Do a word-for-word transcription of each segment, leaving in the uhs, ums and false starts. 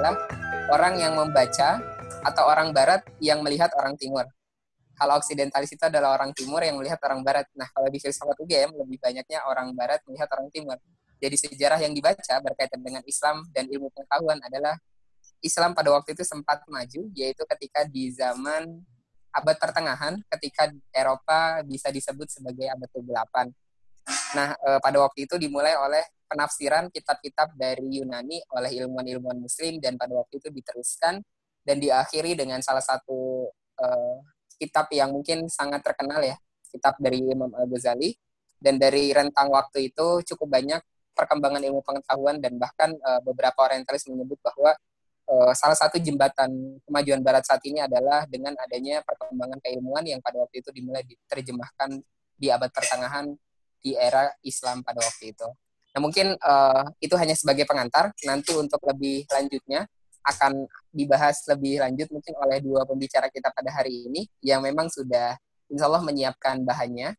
adalah orang yang membaca atau orang barat yang melihat orang timur. Kalau oksidentalis itu adalah orang timur yang melihat orang barat. Nah, kalau di filsafat U G M lebih banyaknya orang barat melihat orang timur. Jadi sejarah yang dibaca berkaitan dengan Islam dan ilmu pengetahuan adalah Islam pada waktu itu sempat maju, yaitu ketika di zaman abad pertengahan, ketika Eropa bisa disebut sebagai abad kegelapan. Nah, e, pada waktu itu dimulai oleh penafsiran kitab-kitab dari Yunani oleh ilmuwan-ilmuwan Muslim, dan pada waktu itu diteruskan dan diakhiri dengan salah satu e, kitab yang mungkin sangat terkenal ya, kitab dari Imam Al-Ghazali. Dan dari rentang waktu itu cukup banyak perkembangan ilmu pengetahuan, dan bahkan e, beberapa orientalis menyebut bahwa e, salah satu jembatan kemajuan Barat saat ini adalah dengan adanya perkembangan keilmuan yang pada waktu itu dimulai diterjemahkan di abad pertengahan di era Islam pada waktu itu. Nah, mungkin uh, itu hanya sebagai pengantar. Nanti untuk lebih lanjutnya akan dibahas lebih lanjut mungkin oleh dua pembicara kita pada hari ini yang memang sudah insya Allah menyiapkan bahannya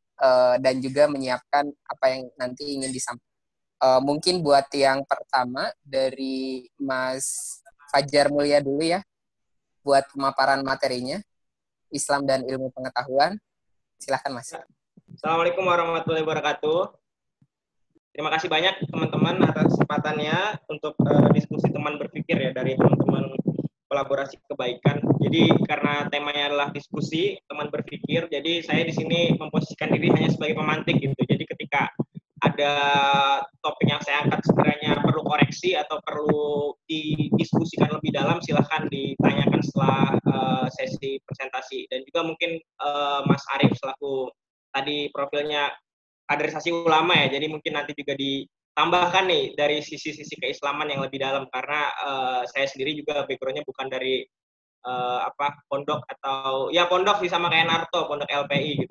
uh, dan juga menyiapkan apa yang nanti ingin disampaikan. Uh, mungkin buat yang pertama dari Mas Fajar Mulia dulu ya, buat pemaparan materinya, Islam dan ilmu pengetahuan. Silahkan Mas. Assalamualaikum warahmatullahi wabarakatuh. Terima kasih banyak teman-teman atas kesempatannya untuk uh, diskusi teman berpikir ya dari teman-teman kolaborasi kebaikan. Jadi karena temanya adalah diskusi teman berpikir, jadi saya di sini memposisikan diri hanya sebagai pemantik gitu. Jadi ketika ada topik yang saya angkat sekiranya perlu koreksi atau perlu didiskusikan lebih dalam, silahkan ditanyakan setelah uh, sesi presentasi. Dan juga mungkin uh, Mas Arief selaku tadi profilnya kaderisasi ulama ya, jadi mungkin nanti juga ditambahkan nih dari sisi-sisi keislaman yang lebih dalam, karena uh, saya sendiri juga background-nya bukan dari uh, apa pondok atau ya pondok sih sama kayak Narto, pondok L P I gitu.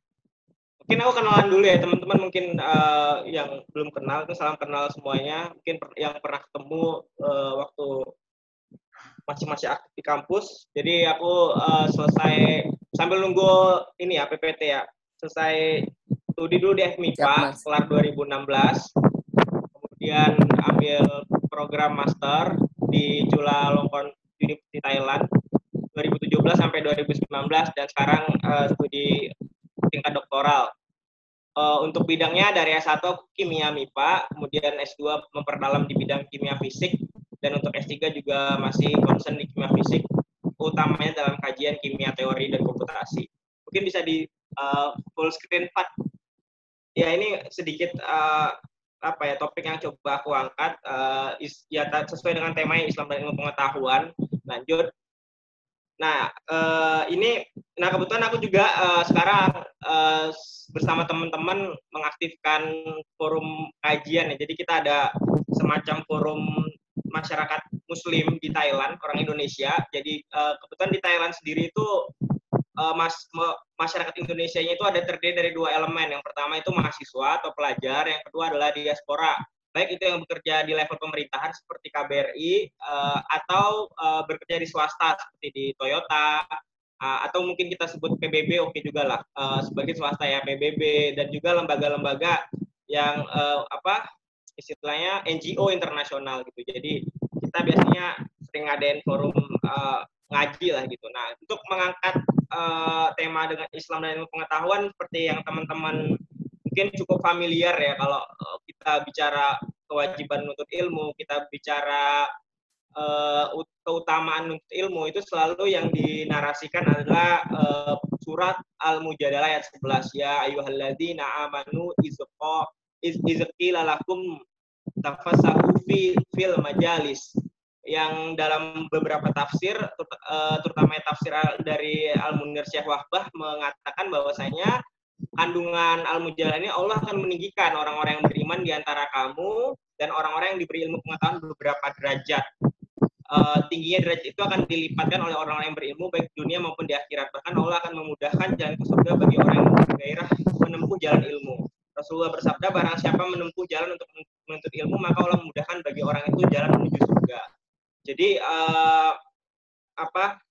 Mungkin aku kenalan dulu ya teman-teman, mungkin uh, yang belum kenal itu salam kenal semuanya, mungkin per, yang pernah ketemu uh, waktu masih-masih aktif di kampus. Jadi aku uh, selesai sambil nunggu ini ya P P T ya, selesai studi dulu di F M I P A kelar dua ribu enam belas, kemudian ambil program master di Chulalongkorn University Thailand dua ribu tujuh belas sampai dua ribu sembilan belas, dan sekarang uh, studi tingkat doktoral. Uh, untuk bidangnya dari S satu kimia M I P A, kemudian S dua memperdalam di bidang kimia fisik, dan untuk S tiga juga masih concern di kimia fisik, utamanya dalam kajian kimia teori dan komputasi. Mungkin bisa di uh, full screen Pak. Ya, ini sedikit uh, apa ya topik yang coba aku angkat, uh, is, ya sesuai dengan temanya Islam dan ilmu pengetahuan. Lanjut. Nah, uh, ini, nah kebetulan aku juga uh, sekarang uh, bersama teman-teman mengaktifkan forum kajian ya. Jadi kita ada semacam forum masyarakat Muslim di Thailand, orang Indonesia. Jadi uh, kebetulan di Thailand sendiri itu uh, mas, me, masyarakat Indonesianya itu ada terdiri dari dua elemen. Yang pertama itu mahasiswa atau pelajar, yang kedua adalah diaspora. Baik itu yang bekerja di level pemerintahan seperti K B R I uh, atau uh, bekerja di swasta seperti di Toyota, uh, atau mungkin kita sebut P B B, oke okay juga lah uh, sebagai swasta ya, P B B, dan juga lembaga-lembaga yang uh, apa istilahnya N G O internasional gitu. Jadi kita biasanya sering ngadain forum uh, ngaji lah gitu. Nah, untuk mengangkat uh, tema dengan Islam dan ilmu pengetahuan seperti yang teman-teman mungkin cukup familiar ya, kalau kita bicara kewajiban menuntut ilmu, kita bicara uh, keutamaan menuntut ilmu, itu selalu yang dinarasikan adalah uh, surat Al-Mujadalah ayat sebelas, ya ayyuhalladzina amanu izqa izqila lakum tafassahu fi fil majalis, yang dalam beberapa tafsir terutama tafsir dari Al-Munir Syekh Wahbah mengatakan bahwasanya kandungan Al-Mujadalah ini Allah akan meninggikan orang-orang yang beriman di antara kamu dan orang-orang yang diberi ilmu pengetahuan beberapa derajat. Uh, tingginya derajat itu akan dilipatkan oleh orang-orang yang berilmu baik di dunia maupun di akhirat. Bahkan Allah akan memudahkan jalan ke surga bagi orang yang bergairah menempuh jalan ilmu. Rasulullah bersabda, barang siapa menempuh jalan untuk menuntut ilmu, maka Allah memudahkan bagi orang itu jalan menuju surga. Jadi uh, apa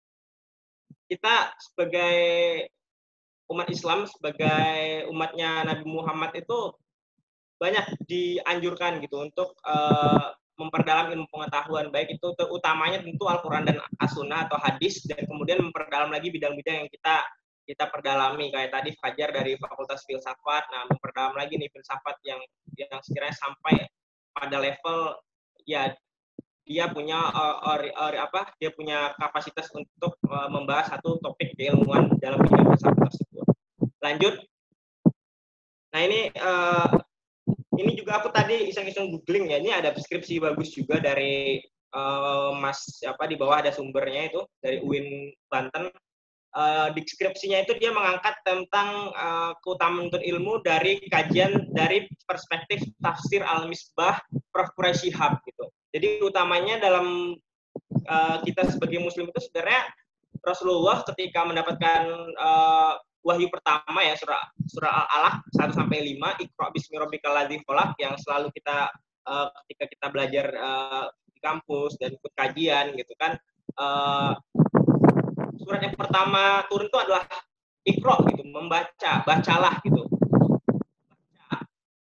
kita sebagai umat Islam, sebagai umatnya Nabi Muhammad itu banyak dianjurkan gitu untuk uh, memperdalam ilmu pengetahuan, baik itu utamanya tentu Al-Quran dan As-Sunnah atau hadis, dan kemudian memperdalam lagi bidang-bidang yang kita kita perdalami, kayak tadi Fajar dari Fakultas Filsafat, nah memperdalam lagi nih filsafat yang yang sekiranya sampai pada level ya dia punya uh, or, or, apa dia punya kapasitas untuk uh, membahas satu topik keilmuan dalam bidang filsafat tersebut. Lanjut. Nah ini uh, ini juga aku tadi iseng-iseng googling ya, ini ada deskripsi bagus juga dari uh, Mas apa di bawah ada sumbernya itu dari U I N Banten. Uh, deskripsinya itu dia mengangkat tentang uh, keutamaan menuntut ilmu dari kajian dari perspektif tafsir Al-Misbah Prof Quraisy Shihab gitu. Jadi utamanya dalam uh, kita sebagai muslim itu sebenarnya Rasulullah ketika mendapatkan uh, wahyu pertama ya surah surah Al-Alaq satu sampai lima, Iqra bismi rabbikal ladzi khalaq, yang selalu kita uh, ketika kita belajar uh, di kampus dan ikut kajian gitu kan, uh, surat yang pertama turun itu adalah Iqra gitu, membaca, bacalah gitu. Baca.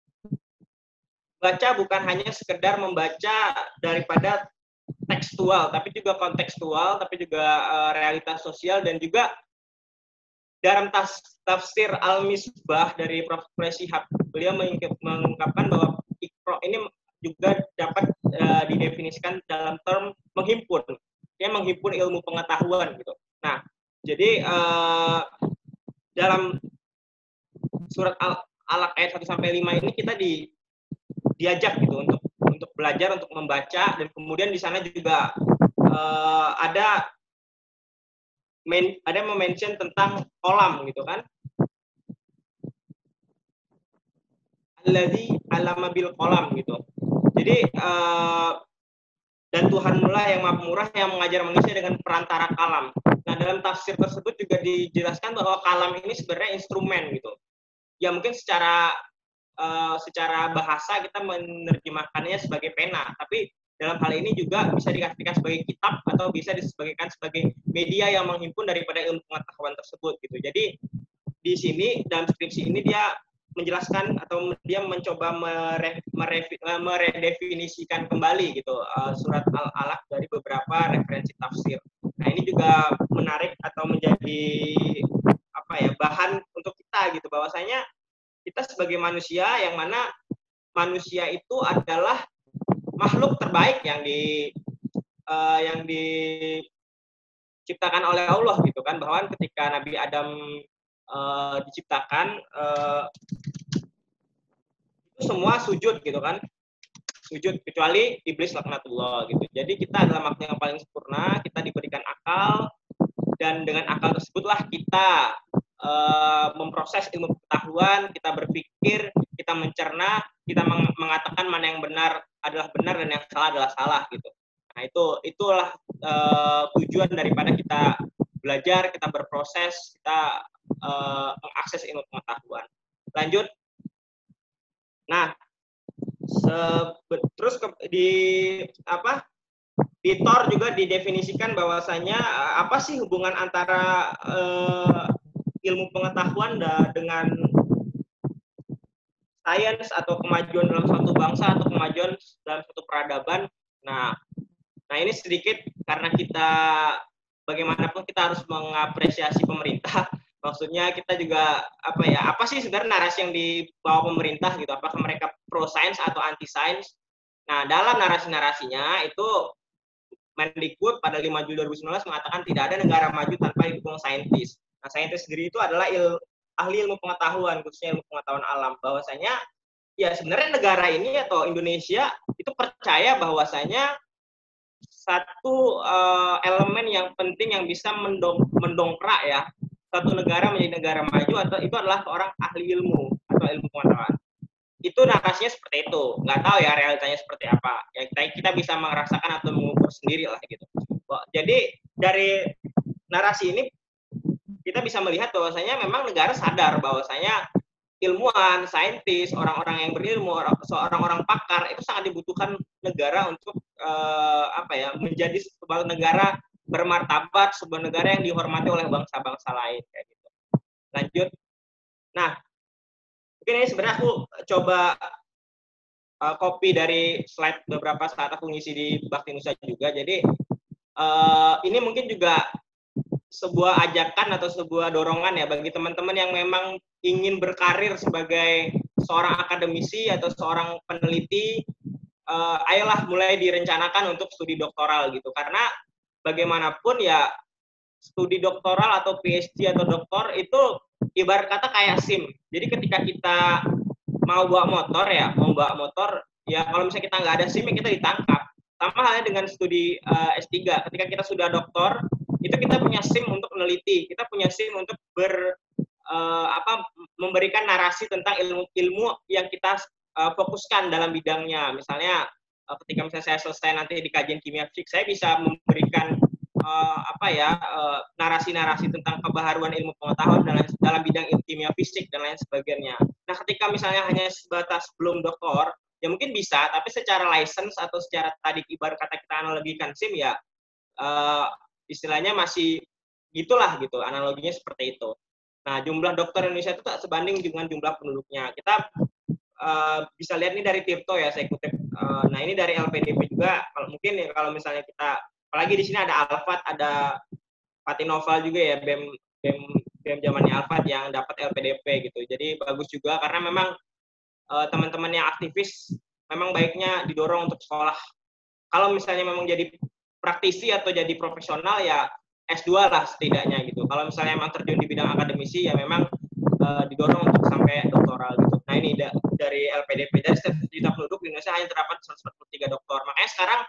Baca bukan hanya sekedar membaca daripada tekstual, tapi juga kontekstual, tapi juga uh, realitas sosial, dan juga dalam tafsir Al-Misbah dari Prof Quraisy Shihab, beliau mengungkapkan bahwa Iqra ini juga dapat uh, didefinisikan dalam term menghimpun. Dia menghimpun ilmu pengetahuan gitu. Nah, jadi uh, dalam surat Al-Alaq ayat satu sampai lima ini kita di diajak gitu untuk untuk belajar, untuk membaca, dan kemudian di sana juga uh, ada men, ada mention tentang kolam gitu kan. Alladzi 'allama bil qalam gitu. Jadi uh, dan Tuhanmu lah yang Maha Pemurah yang mengajar manusia dengan perantara kalam. Nah, dalam tafsir tersebut juga dijelaskan bahwa kalam ini sebenarnya instrumen gitu. Ya mungkin secara uh, secara bahasa kita menerjemahkannya sebagai pena, tapi dalam hal ini juga bisa dikatakan sebagai kitab atau bisa disebutkan sebagai media yang menghimpun daripada ilmu pengetahuan tersebut gitu. Jadi di sini dalam skripsi ini dia menjelaskan atau dia mencoba mere, mere, meredefinisikan kembali gitu uh, surat Al-Alaq dari beberapa referensi tafsir. Nah ini juga menarik atau menjadi apa ya bahan untuk kita gitu, bahwasanya kita sebagai manusia yang mana manusia itu adalah makhluk terbaik yang di uh, yang diciptakan oleh Allah gitu kan, bahwa ketika Nabi Adam Uh, diciptakan uh, itu semua sujud gitu kan, sujud kecuali iblis laknatullah gitu. Jadi kita adalah makhluk yang paling sempurna, kita diberikan akal, dan dengan akal tersebutlah kita uh, memproses ilmu pengetahuan, kita berpikir, kita mencerna, kita meng mengatakan mana yang benar adalah benar dan yang salah adalah salah gitu. Nah itu itulah uh, tujuan daripada kita belajar, kita berproses, kita uh, mengakses ilmu pengetahuan. Lanjut. Nah, terus ke, di apa? Di T O R juga didefinisikan bahwasanya apa sih hubungan antara uh, ilmu pengetahuan da, dengan sains atau kemajuan dalam suatu bangsa atau kemajuan dalam suatu peradaban. Nah, nah ini sedikit karena kita bagaimanapun kita harus mengapresiasi pemerintah. Maksudnya kita juga apa ya? Apa sih sebenarnya narasi yang dibawa pemerintah gitu? Apakah mereka pro sains atau anti sains? Nah, dalam narasi-narasinya itu Mendikbud pada lima Juli dua ribu sembilan belas mengatakan tidak ada negara maju tanpa didukung saintis. Nah, saintis sendiri itu adalah il, ahli ilmu pengetahuan, khususnya ilmu pengetahuan alam. Bahwasanya ya sebenarnya negara ini atau Indonesia itu percaya bahwasanya satu uh, elemen yang penting yang bisa mendong, mendongkrak ya satu negara menjadi negara maju atau itu adalah seorang ahli ilmu atau ilmu pengetahuan. Itu narasinya seperti itu. Nggak tahu ya realitanya seperti apa. Ya kita, kita bisa merasakan atau mengukur sendiri lah gitu. Jadi dari narasi ini kita bisa melihat bahwasanya memang negara sadar bahwasanya ilmuwan, saintis, orang-orang yang berilmu, orang-orang pakar itu sangat dibutuhkan negara untuk uh, apa ya menjadi sebuah negara bermartabat, sebuah negara yang dihormati oleh bangsa-bangsa lain kayak gitu. Lanjut. Nah, mungkin ini sebenarnya aku coba uh, copy dari slide beberapa saat aku ngisi di Bakti Nusa juga. Jadi uh, ini mungkin juga sebuah ajakan atau sebuah dorongan ya bagi teman-teman yang memang ingin berkarir sebagai seorang akademisi atau seorang peneliti, uh, ayolah mulai direncanakan untuk studi doktoral gitu. Karena bagaimanapun ya studi doktoral atau P H D atau doktor itu ibarat kata kayak SIM. Jadi ketika kita mau bawa motor ya, mau bawa motor, ya kalau misalnya kita nggak ada SIM ya kita ditangkap. Sama halnya dengan studi uh, S tiga. Ketika kita sudah doktor, itu kita punya SIM untuk meneliti, kita punya SIM untuk ber uh, apa memberikan narasi tentang ilmu-ilmu yang kita uh, fokuskan dalam bidangnya. Misalnya uh, ketika misalnya saya selesai nanti di kajian kimia fisik, saya bisa memberikan uh, apa ya uh, narasi-narasi tentang kebaharuan ilmu pengetahuan dalam dalam bidang ilmu kimia fisik dan lain sebagainya. Nah, ketika misalnya hanya sebatas belum doktor, ya mungkin bisa, tapi secara license atau secara tadi ibarat kata kita analogikan SIM ya uh, istilahnya masih gitulah gitu, analoginya seperti itu. Nah, jumlah dokter Indonesia itu tak sebanding dengan jumlah penduduknya. Kita uh, bisa lihat nih dari Tirto ya, saya kutip. Uh, nah, ini dari L P D P juga. Kalau mungkin ya kalau misalnya kita, apalagi di sini ada Alfat, ada Patinoval juga ya, BEM BEM BEM zamannya Alfat yang dapat L P D P gitu. Jadi bagus juga karena memang uh, teman-teman yang aktivis memang baiknya didorong untuk sekolah. Kalau misalnya memang jadi praktisi atau jadi profesional ya S dua lah setidaknya gitu. Kalau misalnya memang terjun di bidang akademisi ya memang uh, didorong untuk sampai doktoral gitu. Nah ini da dari L P D P, dari setiap juta penduduk di Indonesia hanya terdapat seratus empat puluh tiga doktor. Makanya sekarang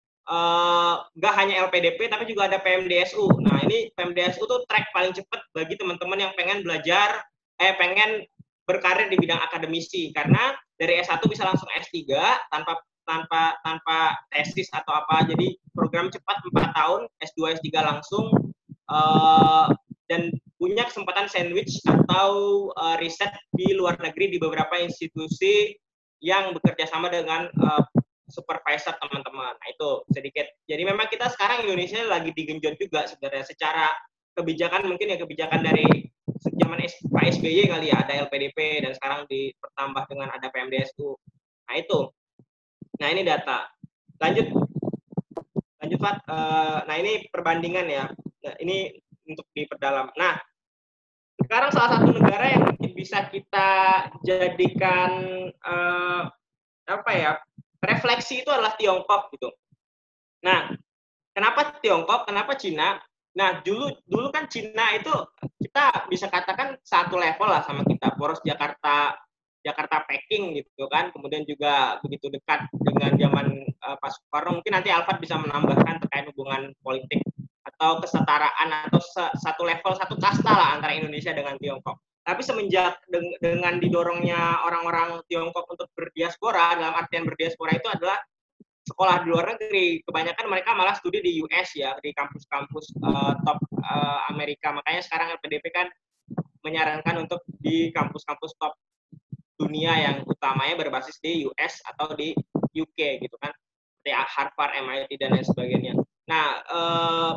nggak uh, hanya L P D P tapi juga ada P M D S U. Nah ini P M D S U tuh track paling cepat bagi teman-teman yang pengen belajar, eh pengen berkarir di bidang akademisi. Karena dari S satu bisa langsung S tiga tanpa tanpa tanpa tesis atau apa, jadi program cepat empat tahun, S dua S tiga langsung, uh, dan punya kesempatan sandwich atau uh, riset di luar negeri di beberapa institusi yang bekerja sama dengan uh, supervisor teman-teman. Nah itu sedikit. Jadi memang kita sekarang Indonesia lagi digenjot juga sebenarnya secara kebijakan, mungkin ya kebijakan dari zaman Pak S B Y kali ya, ada L P D P dan sekarang ditambah dengan ada P M D S U. Nah itu. Nah ini data. Lanjut, lanjut Pak. Uh, nah ini perbandingan ya. Nah, ini untuk diperdalam. Nah sekarang salah satu negara yang mungkin bisa kita jadikan uh, apa ya refleksi itu adalah Tiongkok gitu. Nah kenapa Tiongkok? Kenapa Cina? Nah dulu dulu kan Cina itu kita bisa katakan satu level lah sama kita. Poros Jakarta Jakarta Peking gitu kan, kemudian juga begitu dekat dengan zaman uh, Pak Soekarno. Mungkin nanti Alfat bisa menambahkan terkait hubungan politik atau kesetaraan atau satu level, satu kasta lah antara Indonesia dengan Tiongkok. Tapi semenjak de- dengan didorongnya orang-orang Tiongkok untuk berdiaspora, dalam artian berdiaspora itu adalah sekolah di luar negeri, kebanyakan mereka malah studi di U S ya, di kampus-kampus uh, top uh, Amerika. Makanya sekarang L P D P kan menyarankan untuk di kampus-kampus top dunia yang utamanya berbasis di U S atau di U K gitu kan, seperti Harvard, M I T dan lain sebagainya. Nah eh,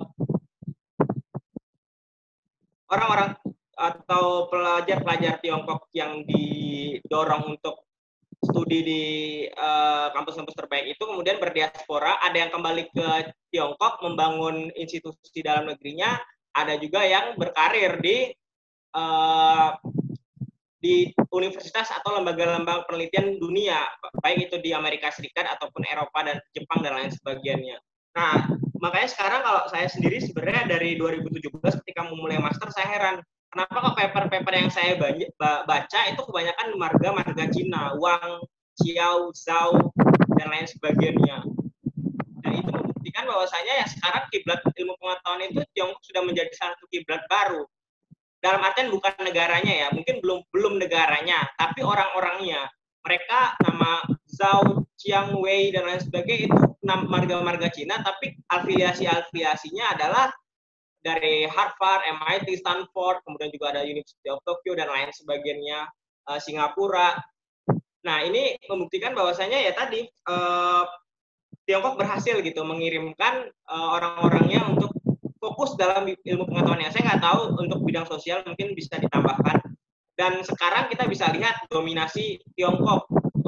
orang-orang atau pelajar-pelajar Tiongkok yang didorong untuk studi di eh, kampus-kampus terbaik itu kemudian berdiaspora, ada yang kembali ke Tiongkok membangun institusi dalam negerinya, ada juga yang berkarir di eh, di universitas atau lembaga-lembaga penelitian dunia, baik itu di Amerika Serikat ataupun Eropa dan Jepang dan lain sebagainya. Nah, makanya sekarang kalau saya sendiri sebenarnya dari dua ribu tujuh belas ketika memulai master, saya heran, kenapa kok paper-paper yang saya baca itu kebanyakan marga-marga Cina, Wang, Xiao, Zhao, dan lain sebagainya. Dan itu membuktikan bahwasanya ya sekarang kiblat ilmu pengetahuan itu Tiongkok sudah menjadi satu kiblat baru. Dalam artian bukan negaranya ya, mungkin belum belum negaranya, tapi orang-orangnya. Mereka nama Zhao, Qiang Wei dan lain sebagainya itu marga-marga Cina, tapi afiliasi-afiliasinya adalah dari Harvard, M I T, Stanford, kemudian juga ada University of Tokyo dan lain sebagainya, uh, Singapura. Nah ini membuktikan bahwasanya ya tadi uh, Tiongkok berhasil gitu mengirimkan uh, orang-orangnya untuk fokus dalam ilmu pengetahuannya. Saya nggak tahu untuk bidang sosial mungkin bisa ditambahkan. Dan sekarang kita bisa lihat dominasi Tiongkok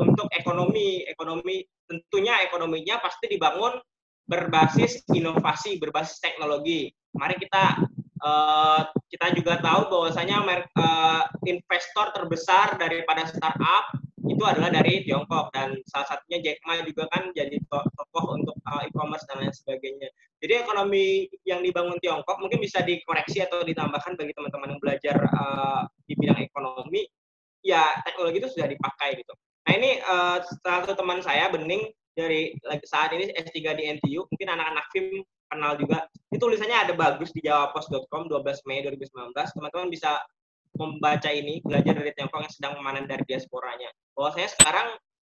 untuk ekonomi. Ekonomi tentunya ekonominya pasti dibangun berbasis inovasi, berbasis teknologi. Mari kita uh, kita juga tahu bahwasanya uh, investor terbesar daripada startup itu adalah dari Tiongkok, dan salah satunya Jack Ma juga kan jadi tokoh untuk uh, e-commerce dan lain sebagainya. Jadi ekonomi yang dibangun Tiongkok mungkin bisa dikoreksi atau ditambahkan bagi teman-teman yang belajar uh, di bidang ekonomi. Ya teknologi itu sudah dipakai gitu. Nah ini uh, salah satu teman saya, Bening, dari saat ini S tiga di N T U, mungkin anak-anak F I M kenal juga. Itu tulisannya ada bagus di jawapos dot com dua belas Mei dua ribu sembilan belas. Teman-teman bisa membaca ini, belajar dari Tiongkok yang sedang memanen dari diasporanya. Bahwasanya sekarang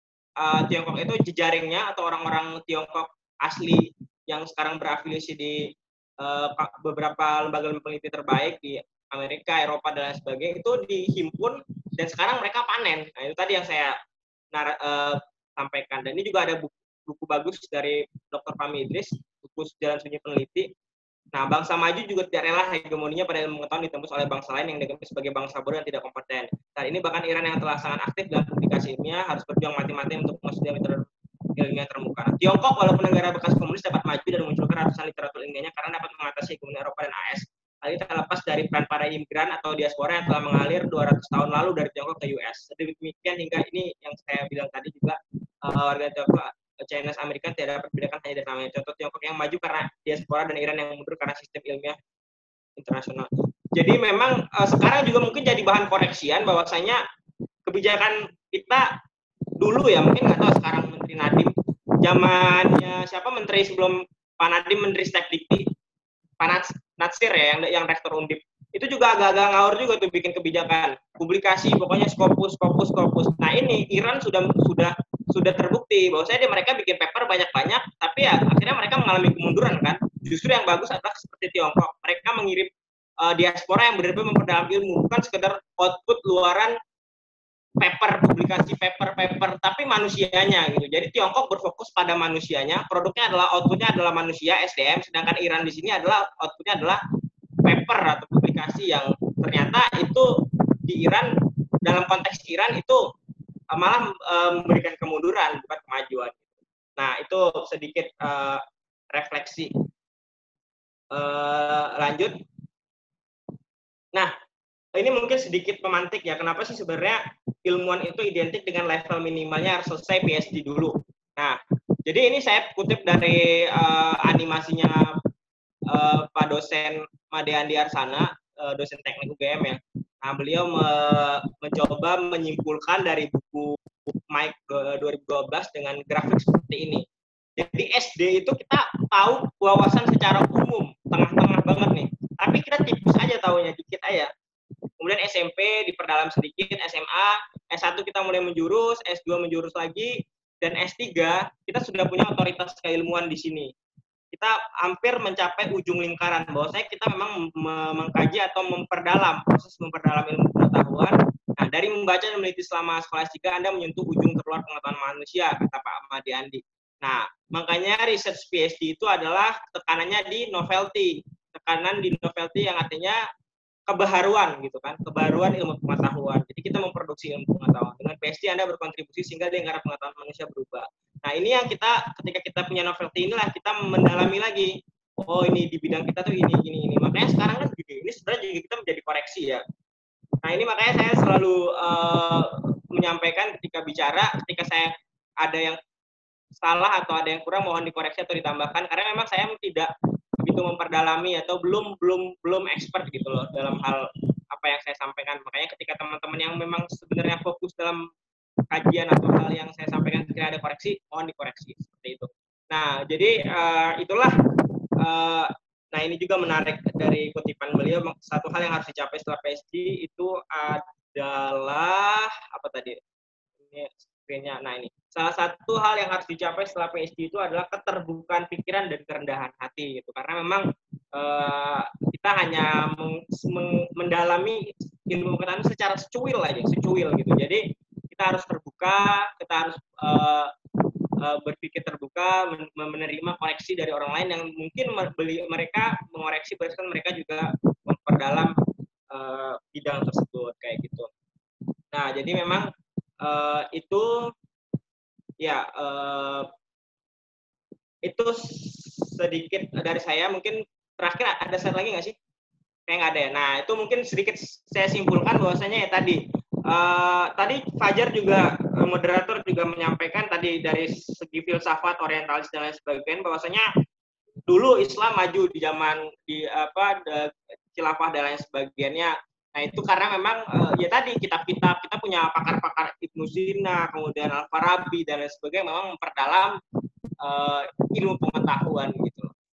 uh, Tiongkok itu jejaringnya atau orang-orang Tiongkok asli yang sekarang berafiliasi di uh, beberapa lembaga peneliti terbaik di Amerika, Eropa, dan lain sebagainya, itu dihimpun dan sekarang mereka panen. Nah, itu tadi yang saya nar- uh, sampaikan. Dan ini juga ada buku, buku bagus dari Doktor Fahmi Idris, buku Jalan Sunyi Peneliti. Nah, bangsa maju juga tidak rela hegemoninya pada ilmu pengetahuan ditembus oleh bangsa lain yang dianggap sebagai bangsa bodoh dan tidak kompeten. Saat ini bahkan Iran yang telah sangat aktif dalam publikasi ilmiah harus berjuang mati-mati untuk menghasilkan literatur ilmiah termuka. Tiongkok walaupun negara bekas komunis dapat maju dan memunculkan ratusan literatur ilmiahnya karena dapat mengatasi hegemoni Eropa dan A S. Hal ini terlepas dari peran para imigran atau diaspora yang telah mengalir dua ratus tahun lalu dari Tiongkok ke U S. Demikian hingga ini yang saya bilang tadi juga, uh, warga Tiongkok Chinese Amerika tidak dapat dibedakan hanya dari namanya. Contoh Tiongkok yang maju karena diaspora dan Iran yang mundur karena sistem ilmiah internasional. Jadi memang uh, sekarang juga mungkin jadi bahan koreksian bahwasanya kebijakan kita dulu ya, mungkin nggak tahu sekarang Menteri Nadiem, zamannya siapa menteri sebelum Pak Nadiem, Menteri Stekdikti, Pak Natsir ya, yang yang rektor Undip, itu juga agak-agak ngawur juga tuh bikin kebijakan publikasi, pokoknya Scopus, Scopus, Scopus. Nah ini Iran sudah sudah sudah terbukti bahwa saya mereka bikin paper banyak-banyak, tapi ya akhirnya mereka mengalami kemunduran kan. Justru yang bagus adalah seperti Tiongkok, mereka mengirim uh, diaspora yang benar-benar memperdalam ilmu, bukan sekedar output luaran paper, publikasi paper-paper, tapi manusianya gitu. Jadi Tiongkok berfokus pada manusianya, produknya adalah outputnya adalah manusia, S D M, sedangkan Iran di sini adalah outputnya adalah paper atau publikasi yang ternyata itu di Iran, dalam konteks Iran itu malah uh, memberikan kemunduran bukan kemajuan. Nah itu sedikit uh, refleksi. Uh, lanjut. Nah ini mungkin sedikit pemantik ya, kenapa sih sebenarnya ilmuwan itu identik dengan level minimalnya harus selesai P H D dulu. Nah jadi ini saya kutip dari uh, animasinya uh, Pak dosen Made Andi Arsana, uh, dosen teknik U G M ya. Nah, beliau me mencoba menyimpulkan dari buku Mike dua ribu dua belas dengan grafik seperti ini. Jadi S D itu kita tahu wawasan secara umum, tengah-tengah banget nih. Tapi kita tipis aja taunya, dikit aja. Kemudian S M P diperdalam sedikit, S M A, S satu kita mulai menjurus, S dua menjurus lagi, dan S tiga kita sudah punya otoritas keilmuan di sini. Kita hampir mencapai ujung lingkaran, bahwasanya kita memang mengkaji atau memperdalam, proses memperdalam ilmu pengetahuan. Nah, dari membaca dan meneliti selama skolastika, Anda menyentuh ujung terluar pengetahuan manusia, kata Pak Made Andi. Nah, makanya research P H D itu adalah tekanannya di novelty, tekanan di novelty yang artinya kebaharuan gitu kan, kebaharuan ilmu pengetahuan. Jadi kita memproduksi ilmu pengetahuan. Dengan P H D Anda berkontribusi sehingga lingkaran pengetahuan manusia berubah. Nah ini yang kita, ketika kita punya novelty inilah kita mendalami lagi. Oh ini di bidang kita tuh ini, ini, ini. Makanya sekarang kan gini, ini sebenarnya juga kita menjadi koreksi ya. Nah ini makanya saya selalu uh, menyampaikan ketika bicara, ketika saya ada yang salah atau ada yang kurang mohon dikoreksi atau ditambahkan, karena memang saya tidak begitu memperdalami atau belum belum belum expert gitu loh dalam hal apa yang saya sampaikan. Makanya ketika teman-teman yang memang sebenarnya fokus dalam kajian atau hal yang saya sampaikan tidak ada koreksi, mohon dikoreksi seperti itu. Nah jadi uh, itulah uh, nah ini juga menarik dari kutipan beliau, satu hal yang harus dicapai setelah P H D itu adalah apa tadi ini screen-nya. Nah ini salah satu hal yang harus dicapai setelah P H D itu adalah keterbukaan pikiran dan kerendahan hati gitu, karena memang uh, kita hanya meng, meng, mendalami ilmu pengetahuan secara secuil aja, secuil gitu. Jadi kita harus terbuka, kita harus uh, uh, berpikir terbuka, men menerima koreksi dari orang lain yang mungkin beli, mereka mengoreksi berdasarkan mereka juga memperdalam uh, bidang tersebut kayak gitu. Nah jadi memang uh, itu Ya, uh, itu sedikit dari saya. Mungkin terakhir ada slide lagi nggak sih? Kayak nggak ada ya. Nah, itu mungkin sedikit saya simpulkan bahwasanya ya tadi, uh, tadi Fajar juga, uh, moderator juga menyampaikan tadi dari segi filsafat, orientalis dan lain sebagainya, bahwasanya dulu Islam maju di zaman di apa de, khilafah dan lain sebagainya. Nah itu karena memang uh, ya tadi kitab-kitab kita punya pakar-pakar Ibnu Sina, kemudian Al-Farabi dan lain sebagainya memang memperdalam uh, ilmu pengetahuan gitu.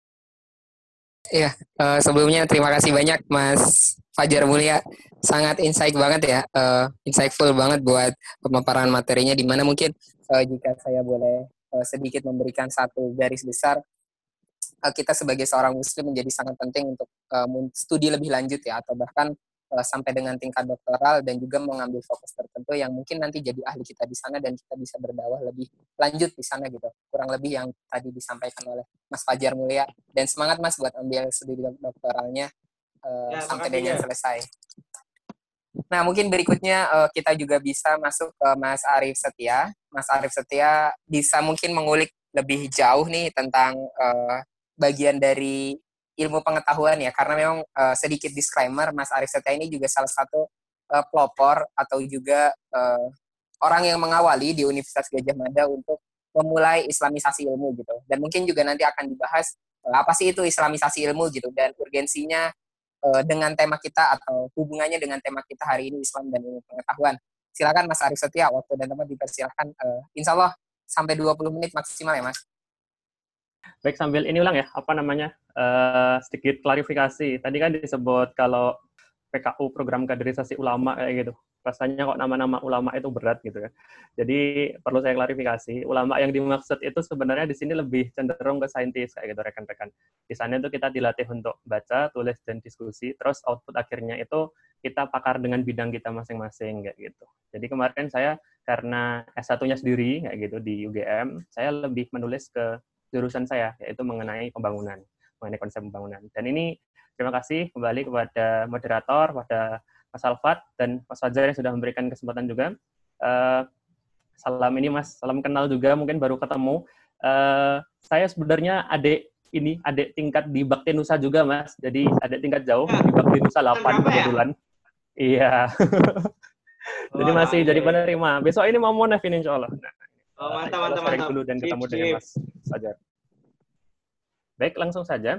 Iya, uh, sebelumnya terima kasih banyak Mas Fajar Mulia. Sangat insight banget ya, uh, insightful banget buat pemaparan materinya, di mana mungkin uh, jika saya boleh uh, sedikit memberikan satu garis besar, uh, kita sebagai seorang muslim menjadi sangat penting untuk uh, studi lebih lanjut ya, atau bahkan uh, sampai dengan tingkat doktoral dan juga mengambil fokus tertentu yang mungkin nanti jadi ahli kita di sana dan kita bisa berdakwah lebih lanjut di sana gitu. Kurang lebih yang tadi disampaikan oleh Mas Fajar Mulia. Dan semangat Mas buat ambil studi doktoralnya uh, Ya, sampai makasih dengan ya. selesai. Nah, mungkin berikutnya uh, kita juga bisa masuk ke Mas Arief Setia. Mas Arief Setia bisa mungkin mengulik lebih jauh nih tentang uh, bagian dari ilmu pengetahuan ya, karena memang uh, sedikit disclaimer, Mas Arief Setia ini juga salah satu uh, pelopor atau juga uh, orang yang mengawali di Universitas Gadjah Mada untuk memulai islamisasi ilmu gitu. Dan mungkin juga nanti akan dibahas uh, apa sih itu islamisasi ilmu gitu, dan urgensinya uh, dengan tema kita atau hubungannya dengan tema kita hari ini, Islam dan ilmu pengetahuan. Silakan Mas Arief Setia, waktu dan tempat dipersilakan. Uh, insya Allah sampai dua puluh menit maksimal ya Mas. Baik, sambil ini ulang ya, apa namanya, uh, sedikit klarifikasi. Tadi kan disebut kalau P K U, program kaderisasi ulama kayak gitu. Rasanya kok nama-nama ulama itu berat gitu ya. Jadi perlu saya klarifikasi, ulama yang dimaksud itu sebenarnya di sini lebih cenderung ke saintis kayak gitu rekan-rekan. Di sana itu kita dilatih untuk baca, tulis, dan diskusi, terus output akhirnya itu kita pakar dengan bidang kita masing-masing kayak gitu. Jadi kemarin saya karena S satu-nya sendiri kayak gitu di U G M, saya lebih menulis ke jurusan saya, yaitu mengenai pembangunan, mengenai konsep pembangunan. Dan ini terima kasih kembali kepada moderator, pada Mas Alfat, dan Mas Fajar yang sudah memberikan kesempatan juga. Uh, salam ini Mas, salam kenal juga, mungkin baru ketemu. Uh, saya sebenarnya adik ini, adik tingkat di Bakti Nusa juga Mas, jadi adik tingkat jauh di Bakti Nusa delapan kebetulan. Iya. Jadi masih jadi penerima. Besok ini mau monef ini insya Allah. Nah, oh, mantap, mantap, mantap. dulu dan ketemu sip, dengan sip. Mas Fajar. Baik, langsung saja.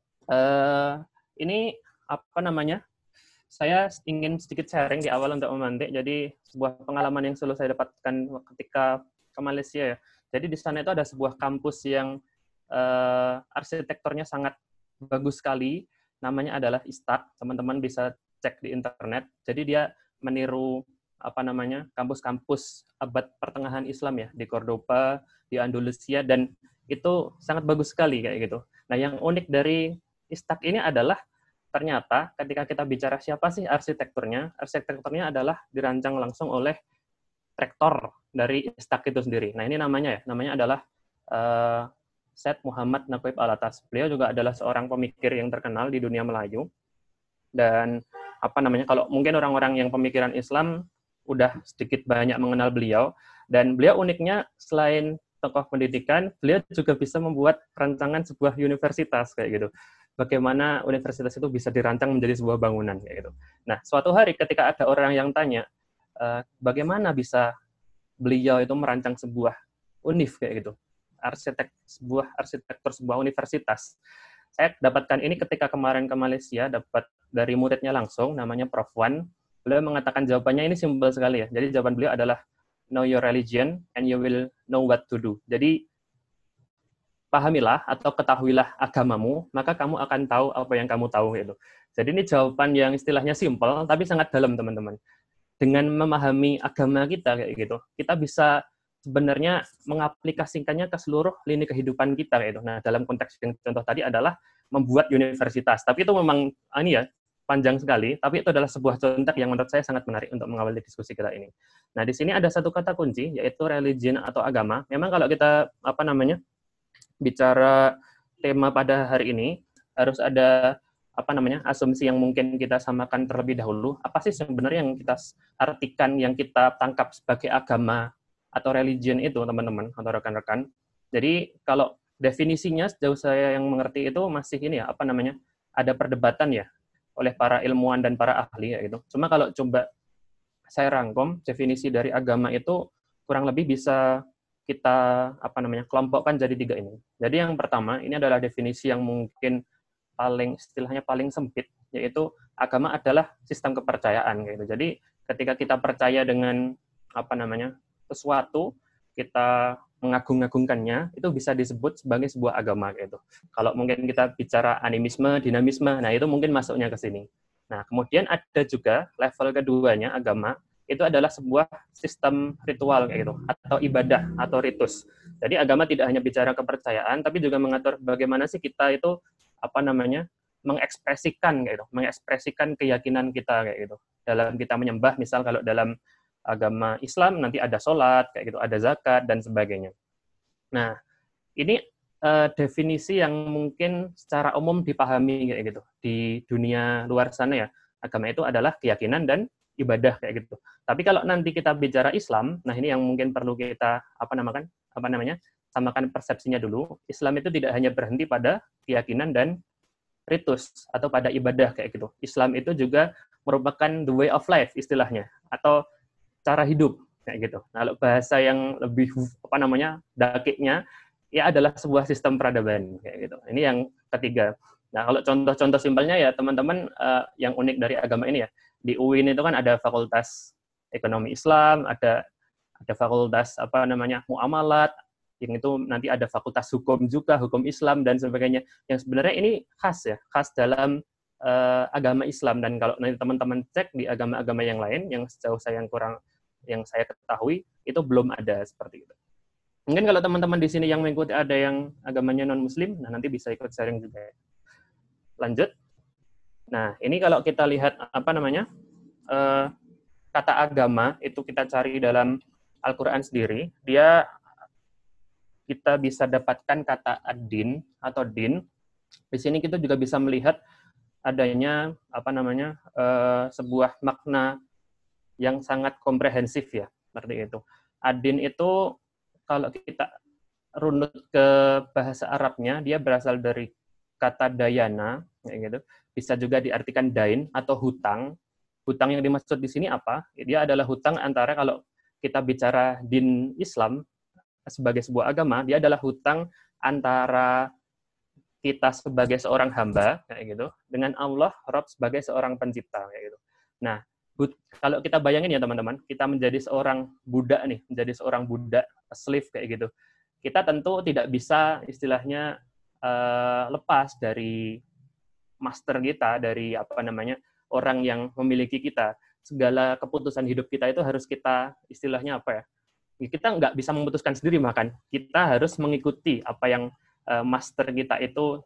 Uh, ini apa namanya? Saya ingin sedikit sharing di awal untuk memantik. Jadi sebuah pengalaman yang selalu saya dapatkan ketika ke Malaysia ya. Jadi di sana itu ada sebuah kampus yang uh, arsitekturnya sangat bagus sekali. Namanya adalah Istak. Teman-teman bisa cek di internet. Jadi dia meniru apa namanya kampus-kampus abad pertengahan Islam ya di Cordoba, di Andalusia, dan itu sangat bagus sekali kayak gitu. Nah yang unik dari Istak ini adalah ternyata ketika kita bicara siapa sih arsitekturnya, arsitekturnya adalah dirancang langsung oleh rektor dari Istak itu sendiri. Nah ini namanya ya, namanya adalah uh, Syed Muhammad Naqib Alatas. Beliau juga adalah seorang pemikir yang terkenal di dunia Melayu. Dan apa namanya, kalau mungkin orang-orang yang pemikiran Islam udah sedikit banyak mengenal beliau. Dan beliau uniknya selain tokoh pendidikan, beliau juga bisa membuat rancangan sebuah universitas kayak gitu. Bagaimana universitas itu bisa dirancang menjadi sebuah bangunan kayak gitu. Nah, suatu hari ketika ada orang yang tanya, e, bagaimana bisa beliau itu merancang sebuah univ kayak gitu, arsitek sebuah arsitektur sebuah universitas. Saya dapatkan ini ketika kemarin ke Malaysia, dapat dari muridnya langsung, namanya Prof Wan. Beliau mengatakan jawabannya ini simpel sekali ya. Jadi jawaban beliau adalah know your religion and you will know what to do. Jadi pahamilah atau ketahuilah agamamu, maka kamu akan tahu apa yang kamu tahu gitu. Jadi ini jawaban yang istilahnya simpel tapi sangat dalam teman-teman. Dengan memahami agama kita kayak gitu, kita bisa sebenarnya mengaplikasikannya ke seluruh lini kehidupan kita gitu. Nah, dalam konteks yang contoh tadi adalah membuat universitas. Tapi itu memang ini ya panjang sekali, tapi itu adalah sebuah contoh yang menurut saya sangat menarik untuk mengawali diskusi kita ini. Nah, di sini ada satu kata kunci yaitu religion atau agama. Memang kalau kita apa namanya bicara tema pada hari ini, harus ada apa namanya asumsi yang mungkin kita samakan terlebih dahulu. Apa sih sebenarnya yang kita artikan, yang kita tangkap sebagai agama atau religion itu, teman-teman, atau rekan-rekan. Jadi kalau definisinya sejauh saya yang mengerti itu masih ini ya, apa namanya, ada perdebatan ya oleh para ilmuwan dan para ahli ya gitu. Cuma kalau coba saya rangkum, definisi dari agama itu kurang lebih bisa kita apa namanya kelompokkan jadi tiga ini. Jadi yang pertama, ini adalah definisi yang mungkin paling istilahnya paling sempit, yaitu agama adalah sistem kepercayaan gitu. Jadi ketika kita percaya dengan apa namanya sesuatu, kita mengagung-agungkannya, itu bisa disebut sebagai sebuah agama gitu. Kalau mungkin kita bicara animisme, dinamisme, nah itu mungkin masuknya ke sini. Nah, kemudian ada juga level keduanya agama, itu adalah sebuah sistem ritual kayak gitu, atau ibadah, atau ritus. Jadi agama tidak hanya bicara kepercayaan, tapi juga mengatur bagaimana sih kita itu apa namanya mengekspresikan kayak gitu, mengekspresikan keyakinan kita kayak gitu. Dalam kita menyembah, misal kalau dalam agama Islam nanti ada sholat kayak gitu, ada zakat dan sebagainya. Nah, ini uh, definisi yang mungkin secara umum dipahami kayak gitu di dunia luar sana ya. Agama itu adalah keyakinan dan ibadah kayak gitu. Tapi kalau nanti kita bicara Islam, nah ini yang mungkin perlu kita apa namakan apa namanya samakan persepsinya dulu. Islam itu tidak hanya berhenti pada keyakinan dan ritus atau pada ibadah kayak gitu. Islam itu juga merupakan the way of life istilahnya, atau cara hidup kayak gitu. Nah, kalau bahasa yang lebih apa namanya dakiknya ya adalah sebuah sistem peradaban kayak gitu. Ini yang ketiga. Nah, kalau contoh-contoh simpelnya ya teman-teman uh, yang unik dari agama ini ya. Di U I N itu kan ada fakultas ekonomi Islam, ada ada fakultas apa namanya muamalat, yang itu nanti ada fakultas hukum juga, hukum Islam dan sebagainya. Yang sebenarnya ini khas ya, khas dalam uh, agama Islam. Dan kalau nanti teman-teman cek di agama-agama yang lain, yang sejauh saya yang kurang yang saya ketahui itu belum ada seperti itu. Mungkin kalau teman-teman di sini yang mengikuti ada yang agamanya non-Muslim, nah nanti bisa ikut sharing juga. Lanjut. Nah, ini kalau kita lihat apa namanya uh, kata agama itu kita cari dalam Al-Quran sendiri, dia kita bisa dapatkan kata ad-din atau din. Di sini kita juga bisa melihat adanya apa namanya uh, sebuah makna yang sangat komprehensif ya, seperti itu. Ad-din itu kalau kita runut ke bahasa Arabnya, dia berasal dari kata dayana, kayak gitu. Bisa juga diartikan dain atau hutang. Hutang yang dimaksud di sini apa? Dia adalah hutang antara kalau kita bicara din Islam sebagai sebuah agama, dia adalah hutang antara kita sebagai seorang hamba, kayak gitu, dengan Allah, Rabb sebagai seorang pencipta, kayak gitu. Nah, kalau kita bayangin ya teman-teman, kita menjadi seorang budak nih, menjadi seorang budak, slave kayak gitu. Kita tentu tidak bisa istilahnya uh, lepas dari master kita, dari apa namanya orang yang memiliki kita. Segala keputusan hidup kita itu harus kita istilahnya apa ya? Kita nggak bisa memutuskan sendiri makan. Kita harus mengikuti apa yang uh, master kita itu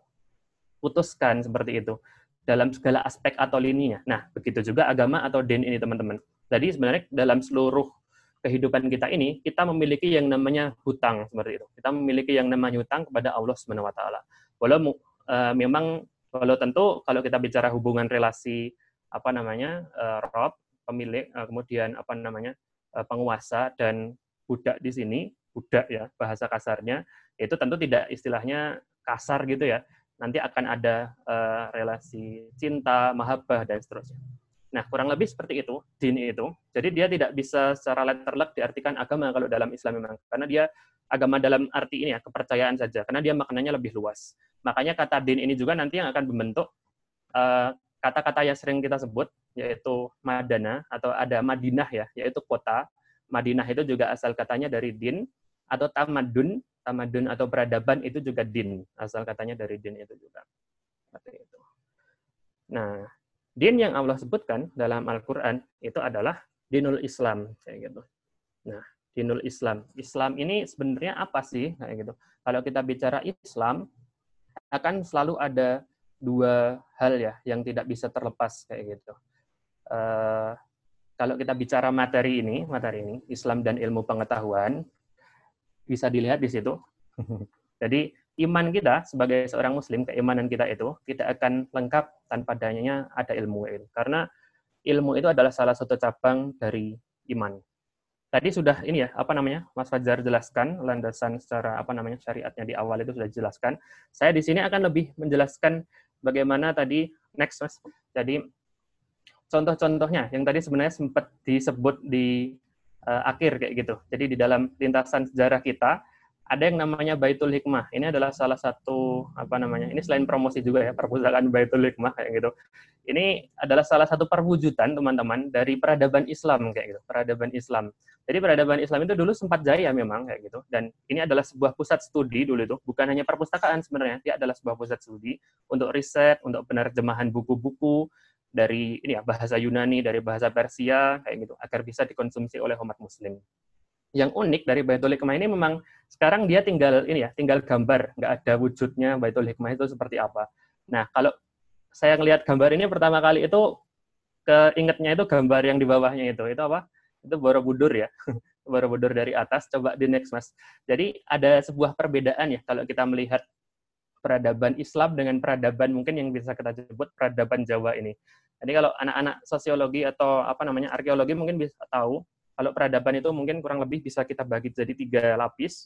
putuskan seperti itu. Dalam segala aspek atau lininya. Nah, begitu juga agama atau din ini, teman-teman. Jadi sebenarnya dalam seluruh kehidupan kita ini, kita memiliki yang namanya hutang, seperti itu. Kita memiliki yang namanya hutang kepada Allah subhanahu wa taala. Walau uh, memang, walau tentu kalau kita bicara hubungan relasi, apa namanya, uh, Rob, pemilik, uh, kemudian apa namanya, uh, penguasa, dan budak di sini, budak ya, bahasa kasarnya, itu tentu tidak istilahnya kasar gitu ya, nanti akan ada uh, relasi cinta, mahabbah, dan seterusnya. Nah, kurang lebih seperti itu, din itu. Jadi dia tidak bisa secara letterlek diartikan agama kalau dalam Islam memang. Karena dia agama dalam arti ini ya, kepercayaan saja. Karena dia maknanya lebih luas. Makanya kata din ini juga nanti yang akan membentuk uh, kata-kata yang sering kita sebut, yaitu madana, atau ada Madinah ya, yaitu kota. Madinah itu juga asal katanya dari din, atau tamadun, tamadun atau peradaban itu juga din, asal katanya dari din itu juga. Seperti itu. Nah, din yang Allah sebutkan dalam Al-Quran itu adalah dinul Islam, kayak gitu. Nah, dinul Islam. Islam ini sebenarnya apa sih, kayak gitu. Kalau kita bicara Islam, akan selalu ada dua hal ya yang tidak bisa terlepas kayak gitu. Uh, kalau kita bicara materi ini, materi ini Islam dan ilmu pengetahuan, bisa dilihat di situ. Jadi iman kita sebagai seorang Muslim, keimanan kita itu tidak akan lengkap tanpa adanya ada ilmu itu. Karena ilmu itu adalah salah satu cabang dari iman. tadi sudah ini ya, apa namanya, Mas Fajar jelaskan landasan secara apa namanya syariatnya di awal itu sudah dijelaskan. Saya di sini akan lebih menjelaskan bagaimana tadi next Mas. Jadi contoh-contohnya yang tadi sebenarnya sempat disebut di uh, akhir kayak gitu. Jadi di dalam lintasan sejarah kita ada yang namanya Baitul Hikmah. Ini adalah salah satu apa namanya? Ini selain promosi juga ya, perpustakaan Baitul Hikmah kayak gitu. Ini adalah salah satu perwujudan teman-teman dari peradaban Islam kayak gitu, peradaban Islam. Jadi peradaban Islam itu dulu sempat jaya memang kayak gitu. Dan ini adalah sebuah pusat studi dulu itu, bukan hanya perpustakaan sebenarnya, dia adalah sebuah pusat studi untuk riset, untuk penerjemahan buku-buku dari ini ya bahasa Yunani, dari bahasa Persia kayak gitu agar bisa dikonsumsi oleh umat muslim. Yang unik dari Baitul Hikmah ini memang sekarang dia tinggal ini ya, tinggal gambar, nggak ada wujudnya Baitul Hikmah itu seperti apa. Nah, kalau saya ngelihat gambar ini pertama kali itu keingetnya itu gambar yang di bawahnya itu. Itu apa? Itu Borobudur ya. Borobudur dari atas. Coba di next, Mas. Jadi ada sebuah perbedaan ya kalau kita melihat peradaban Islam dengan peradaban mungkin yang bisa kita sebut peradaban Jawa ini. Jadi kalau anak-anak sosiologi atau apa namanya arkeologi mungkin bisa tahu kalau peradaban itu mungkin kurang lebih bisa kita bagi jadi tiga lapis.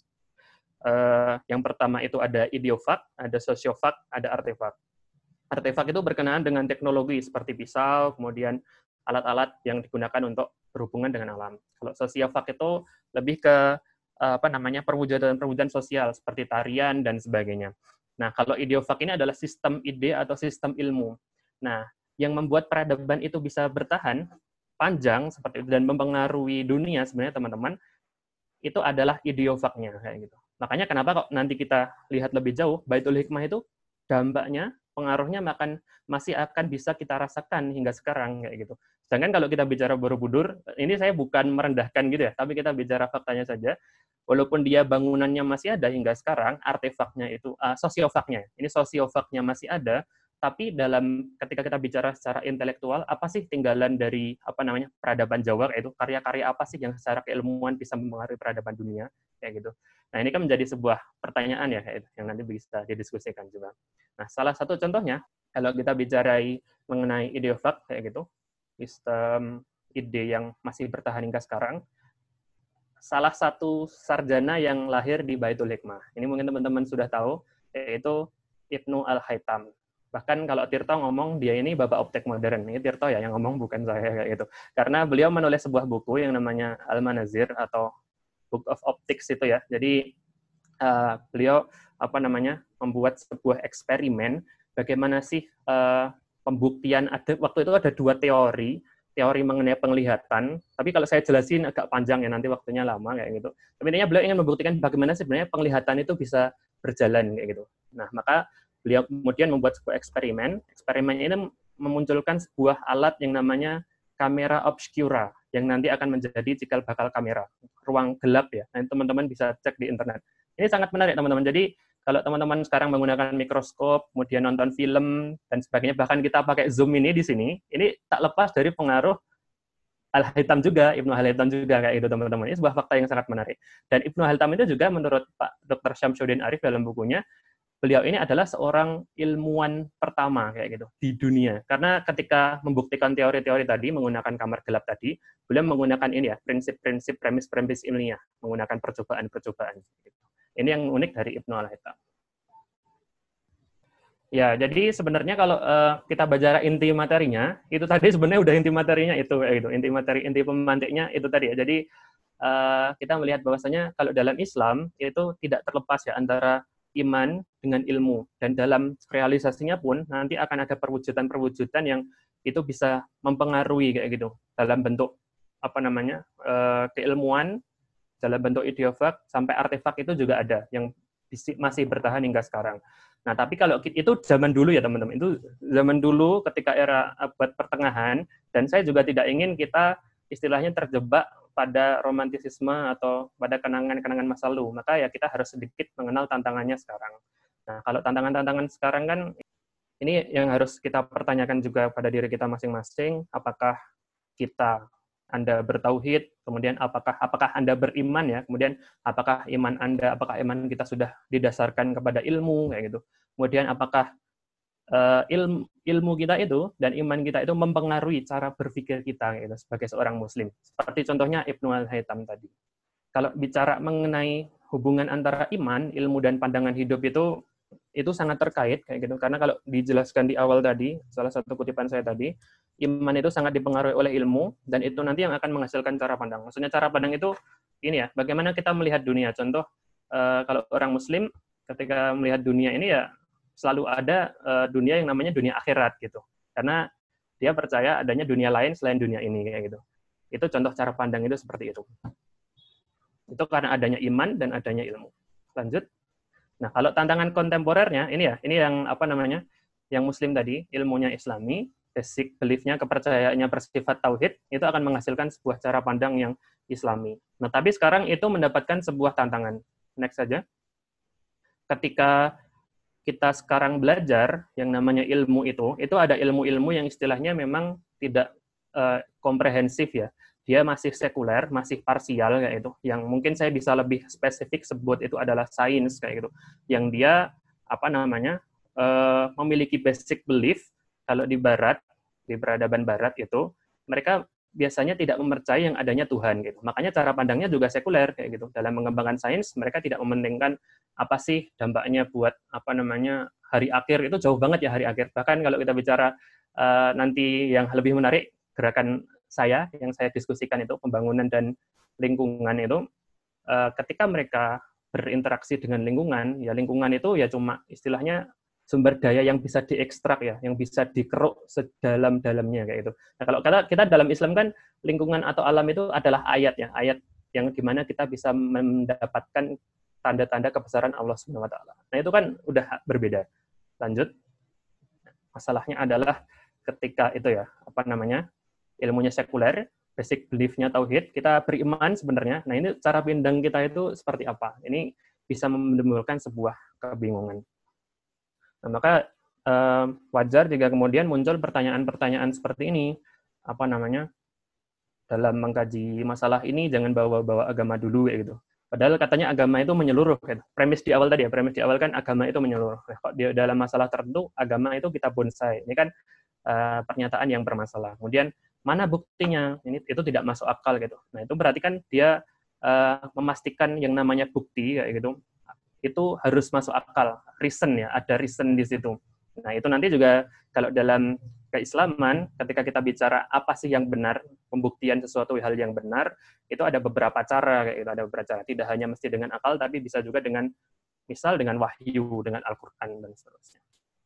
Uh, yang pertama itu ada idiofak, ada sosiofak, ada artefak. Artefak itu berkenaan dengan teknologi seperti pisau, kemudian alat-alat yang digunakan untuk berhubungan dengan alam. Kalau sosiofak itu lebih ke uh, apa namanya perwujudan-perwujudan sosial seperti tarian dan sebagainya. Nah, kalau idiofak ini adalah sistem ide atau sistem ilmu. Nah, yang membuat peradaban itu bisa bertahan panjang seperti itu dan mempengaruhi dunia sebenarnya teman-teman itu adalah idiofaknya kayak gitu. Makanya kenapa kok nanti kita lihat lebih jauh Baitul Hikmah itu dampaknya pengaruhnya makan masih akan bisa kita rasakan hingga sekarang kayak gitu. Sedangkan kalau kita bicara Borobudur, ini saya bukan merendahkan gitu ya, tapi kita bicara faktanya saja. Walaupun dia bangunannya masih ada hingga sekarang, artefaknya itu uh, sosiofaknya. Ini sosiofaknya masih ada, tapi dalam ketika kita bicara secara intelektual, apa sih tinggalan dari apa namanya peradaban Jawa itu karya-karya apa sih yang secara keilmuan bisa mempengaruhi peradaban dunia kayak gitu. Nah ini kan menjadi sebuah pertanyaan ya kayak itu, yang nanti bisa didiskusikan juga. Nah salah satu contohnya kalau kita bicarai mengenai idiofak kayak gitu, sistem ide yang masih bertahan hingga sekarang, salah satu sarjana yang lahir di Baitul Hikmah. Ini mungkin teman-teman sudah tahu, yaitu Ibnu Al-Haytham. Bahkan kalau Tirto ngomong, dia ini bapak optik modern. Ini Tirto ya yang ngomong, bukan saya kayak gitu. Karena beliau menulis sebuah buku yang namanya Al-Manazir atau Book of Optics itu ya. Jadi uh, beliau apa namanya membuat sebuah eksperimen bagaimana sih uh, pembuktian ada waktu itu ada dua teori teori mengenai penglihatan. Tapi kalau saya jelasin agak panjang ya nanti waktunya lama kayak gitu. Tapi intinya beliau ingin membuktikan bagaimana sebenarnya penglihatan itu bisa berjalan kayak gitu. Nah maka beliau kemudian membuat sebuah eksperimen. Eksperimen ini memunculkan sebuah alat yang namanya kamera obscura, yang nanti akan menjadi cikal bakal kamera. Ruang gelap ya. Nanti teman-teman bisa cek di internet. Ini sangat menarik teman-teman. Jadi kalau teman-teman sekarang menggunakan mikroskop, kemudian nonton film, dan sebagainya, bahkan kita pakai Zoom ini di sini, ini tak lepas dari pengaruh Al-Haytham juga, Ibnu Al-Haytham juga kayak gitu teman-teman. Ini sebuah fakta yang sangat menarik. Dan Ibnu Al-Haytham itu juga menurut Pak Doktor Syamsuddin Arif dalam bukunya, beliau ini adalah seorang ilmuwan pertama kayak gitu di dunia. Karena ketika membuktikan teori-teori tadi menggunakan kamar gelap tadi, beliau menggunakan ini ya prinsip-prinsip premis-premis ilmiah, menggunakan percobaan-percobaan. Gitu. Ini yang unik dari Ibnu Al-Haytham. Ya, jadi sebenarnya kalau uh, kita bicara inti materinya, itu tadi sebenarnya udah inti materinya itu kayak gitu. Inti materi, inti pemantiknya itu tadi ya. Jadi uh, kita melihat bahwasanya kalau dalam Islam itu tidak terlepas ya antara iman dengan ilmu, dan dalam realisasinya pun nanti akan ada perwujudan-perwujudan yang itu bisa mempengaruhi kayak gitu dalam bentuk apa namanya uh, keilmuan, dalam bentuk idiofak sampai artefak itu juga ada yang masih bertahan hingga sekarang. Nah tapi kalau itu zaman dulu ya teman-teman, itu zaman dulu ketika era abad pertengahan, dan saya juga tidak ingin kita istilahnya terjebak pada romantisisme atau pada kenangan-kenangan masa lalu, maka ya kita harus sedikit mengenal tantangannya sekarang. Nah, kalau tantangan-tantangan sekarang kan, ini yang harus kita pertanyakan juga pada diri kita masing-masing, apakah kita, Anda bertauhid, kemudian apakah apakah Anda beriman ya, kemudian apakah iman Anda, apakah iman kita sudah didasarkan kepada ilmu, kayak gitu. Kemudian apakah uh, ilmu, ilmu kita itu dan iman kita itu mempengaruhi cara berpikir kita gitu, sebagai seorang muslim. Seperti contohnya Ibnu Al-Haytham tadi. Kalau bicara mengenai hubungan antara iman, ilmu, dan pandangan hidup itu itu sangat terkait kayak gitu. Karena kalau dijelaskan di awal tadi, salah satu kutipan saya tadi, iman itu sangat dipengaruhi oleh ilmu, dan itu nanti yang akan menghasilkan cara pandang. Maksudnya cara pandang itu ini ya, bagaimana kita melihat dunia. Contoh, uh, kalau orang muslim ketika melihat dunia ini ya selalu ada uh, dunia yang namanya dunia akhirat gitu. Karena dia percaya adanya dunia lain selain dunia ini kayak gitu. Itu contoh cara pandang itu seperti itu. Itu karena adanya iman dan adanya ilmu. Lanjut. Nah, kalau tantangan kontemporernya, ini ya, ini yang apa namanya, yang muslim tadi, ilmunya islami, basic belief-nya, kepercayaannya bersifat tauhid, itu akan menghasilkan sebuah cara pandang yang islami. Nah, tapi sekarang itu mendapatkan sebuah tantangan. Next saja. Ketika kita sekarang belajar yang namanya ilmu itu, itu ada ilmu-ilmu yang istilahnya memang tidak uh, komprehensif ya. Dia masih sekuler, masih parsial kayak itu. Yang mungkin saya bisa lebih spesifik sebut itu adalah sains kayak gitu. Yang dia apa namanya uh, memiliki basic belief kalau di Barat, di peradaban Barat itu mereka biasanya tidak mempercayai yang adanya Tuhan gitu. Makanya cara pandangnya juga sekuler kayak gitu. Dalam mengembangkan sains mereka tidak mementingkan apa sih dampaknya buat apa namanya hari akhir, itu jauh banget ya hari akhir. Bahkan kalau kita bicara uh, nanti yang lebih menarik, gerakan saya yang saya diskusikan itu pembangunan dan lingkungan itu, uh, ketika mereka berinteraksi dengan lingkungan, ya lingkungan itu ya cuma istilahnya sumber daya yang bisa diekstrak ya, yang bisa dikeruk sedalam-dalamnya kayak itu. Nah, kalau kita kita dalam Islam kan lingkungan atau alam itu adalah ayat ya, ayat yang dimana kita bisa mendapatkan tanda-tanda kebesaran Allah Subhanahu wa taala. Nah, itu kan udah berbeda. Lanjut. Masalahnya adalah ketika itu ya, apa namanya? Ilmunya sekuler, basic belief-nya tauhid, kita beriman sebenarnya. Nah, ini cara pandang kita itu seperti apa? Ini bisa menimbulkan sebuah kebingungan. Nah, maka eh, wajar jika kemudian muncul pertanyaan-pertanyaan seperti ini. Apa namanya? Dalam mengkaji masalah ini jangan bawa-bawa agama dulu ya gitu. Padahal katanya agama itu menyeluruh. Kan? Premis di awal tadi ya, premis di awal kan agama itu menyeluruh. Nah, kok di dalam masalah tertentu agama itu kita bonsai. Ini kan uh, pernyataan yang bermasalah. Kemudian mana buktinya? Ini itu tidak masuk akal gitu. Nah, itu berarti kan dia uh, memastikan yang namanya bukti kayak gitu. Itu harus masuk akal, reason ya, ada reason di situ. Nah, itu nanti juga kalau dalam keislaman, ketika kita bicara apa sih yang benar, pembuktian sesuatu hal yang benar, itu ada beberapa cara, kayak gitu, ada beberapa cara. Tidak hanya mesti dengan akal, tapi bisa juga dengan, misal dengan wahyu, dengan Al-Quran, dan seterusnya.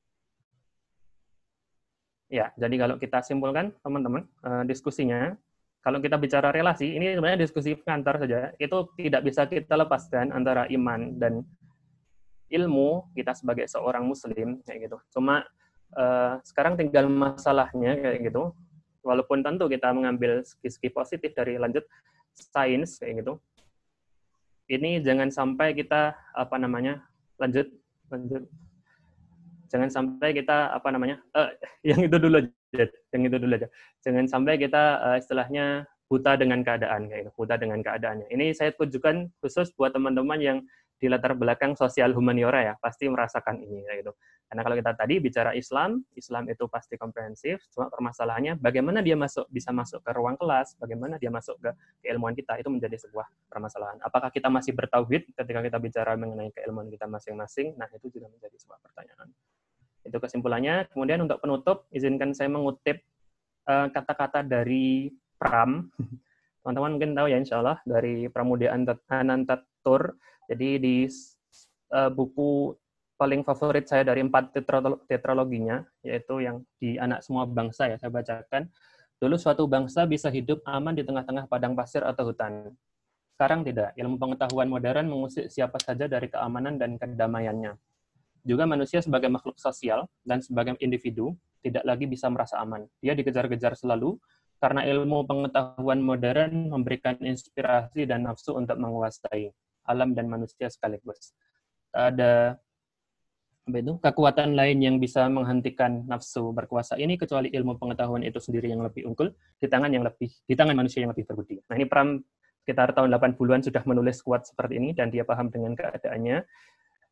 Ya, jadi kalau kita simpulkan, teman-teman, eh, diskusinya, kalau kita bicara relasi, ini sebenarnya diskusi pengantar saja, itu tidak bisa kita lepaskan antara iman dan ilmu kita sebagai seorang muslim kayak gitu. Cuma uh, sekarang tinggal masalahnya kayak gitu. Walaupun tentu kita mengambil segi-segi positif dari lanjut sains kayak gitu. Ini jangan sampai kita apa namanya? lanjut lanjut jangan sampai kita apa namanya? Uh, yang itu dulu aja, yang itu dulu aja. Jangan sampai kita uh, istilahnya buta dengan keadaan kayak gitu, buta dengan keadaannya. Ini saya tujukan khusus buat teman-teman yang di latar belakang sosial humaniora ya, pasti merasakan ini kayak gitu. Karena kalau kita tadi bicara Islam, Islam itu pasti komprehensif, cuma permasalahannya bagaimana dia masuk bisa masuk ke ruang kelas, bagaimana dia masuk ke keilmuan kita, itu menjadi sebuah permasalahan. Apakah kita masih bertauhid ketika kita bicara mengenai keilmuan kita masing-masing? Nah, itu juga menjadi sebuah pertanyaan. Itu kesimpulannya. Kemudian untuk penutup, izinkan saya mengutip uh, kata-kata dari Pram. Teman-teman mungkin tahu ya, insya Allah, dari Pramudia Anantatur. Jadi di uh, buku paling favorit saya dari empat tetraloginya, yaitu yang di Anak Semua Bangsa ya, saya bacakan. Dulu suatu bangsa bisa hidup aman di tengah-tengah padang pasir atau hutan. Sekarang tidak. Ilmu pengetahuan modern mengusik siapa saja dari keamanan dan kedamaiannya. Juga manusia sebagai makhluk sosial dan sebagai individu tidak lagi bisa merasa aman. Dia dikejar-kejar selalu karena ilmu pengetahuan modern memberikan inspirasi dan nafsu untuk menguasai alam dan manusia sekaligus. Ada apa itu, kekuatan lain yang bisa menghentikan nafsu berkuasa ini kecuali ilmu pengetahuan itu sendiri yang lebih unggul di tangan yang lebih di tangan manusia yang lebih berbudi. Nah, ini Pram sekitar tahun delapan puluhan sudah menulis kuat seperti ini dan dia paham dengan keadaannya.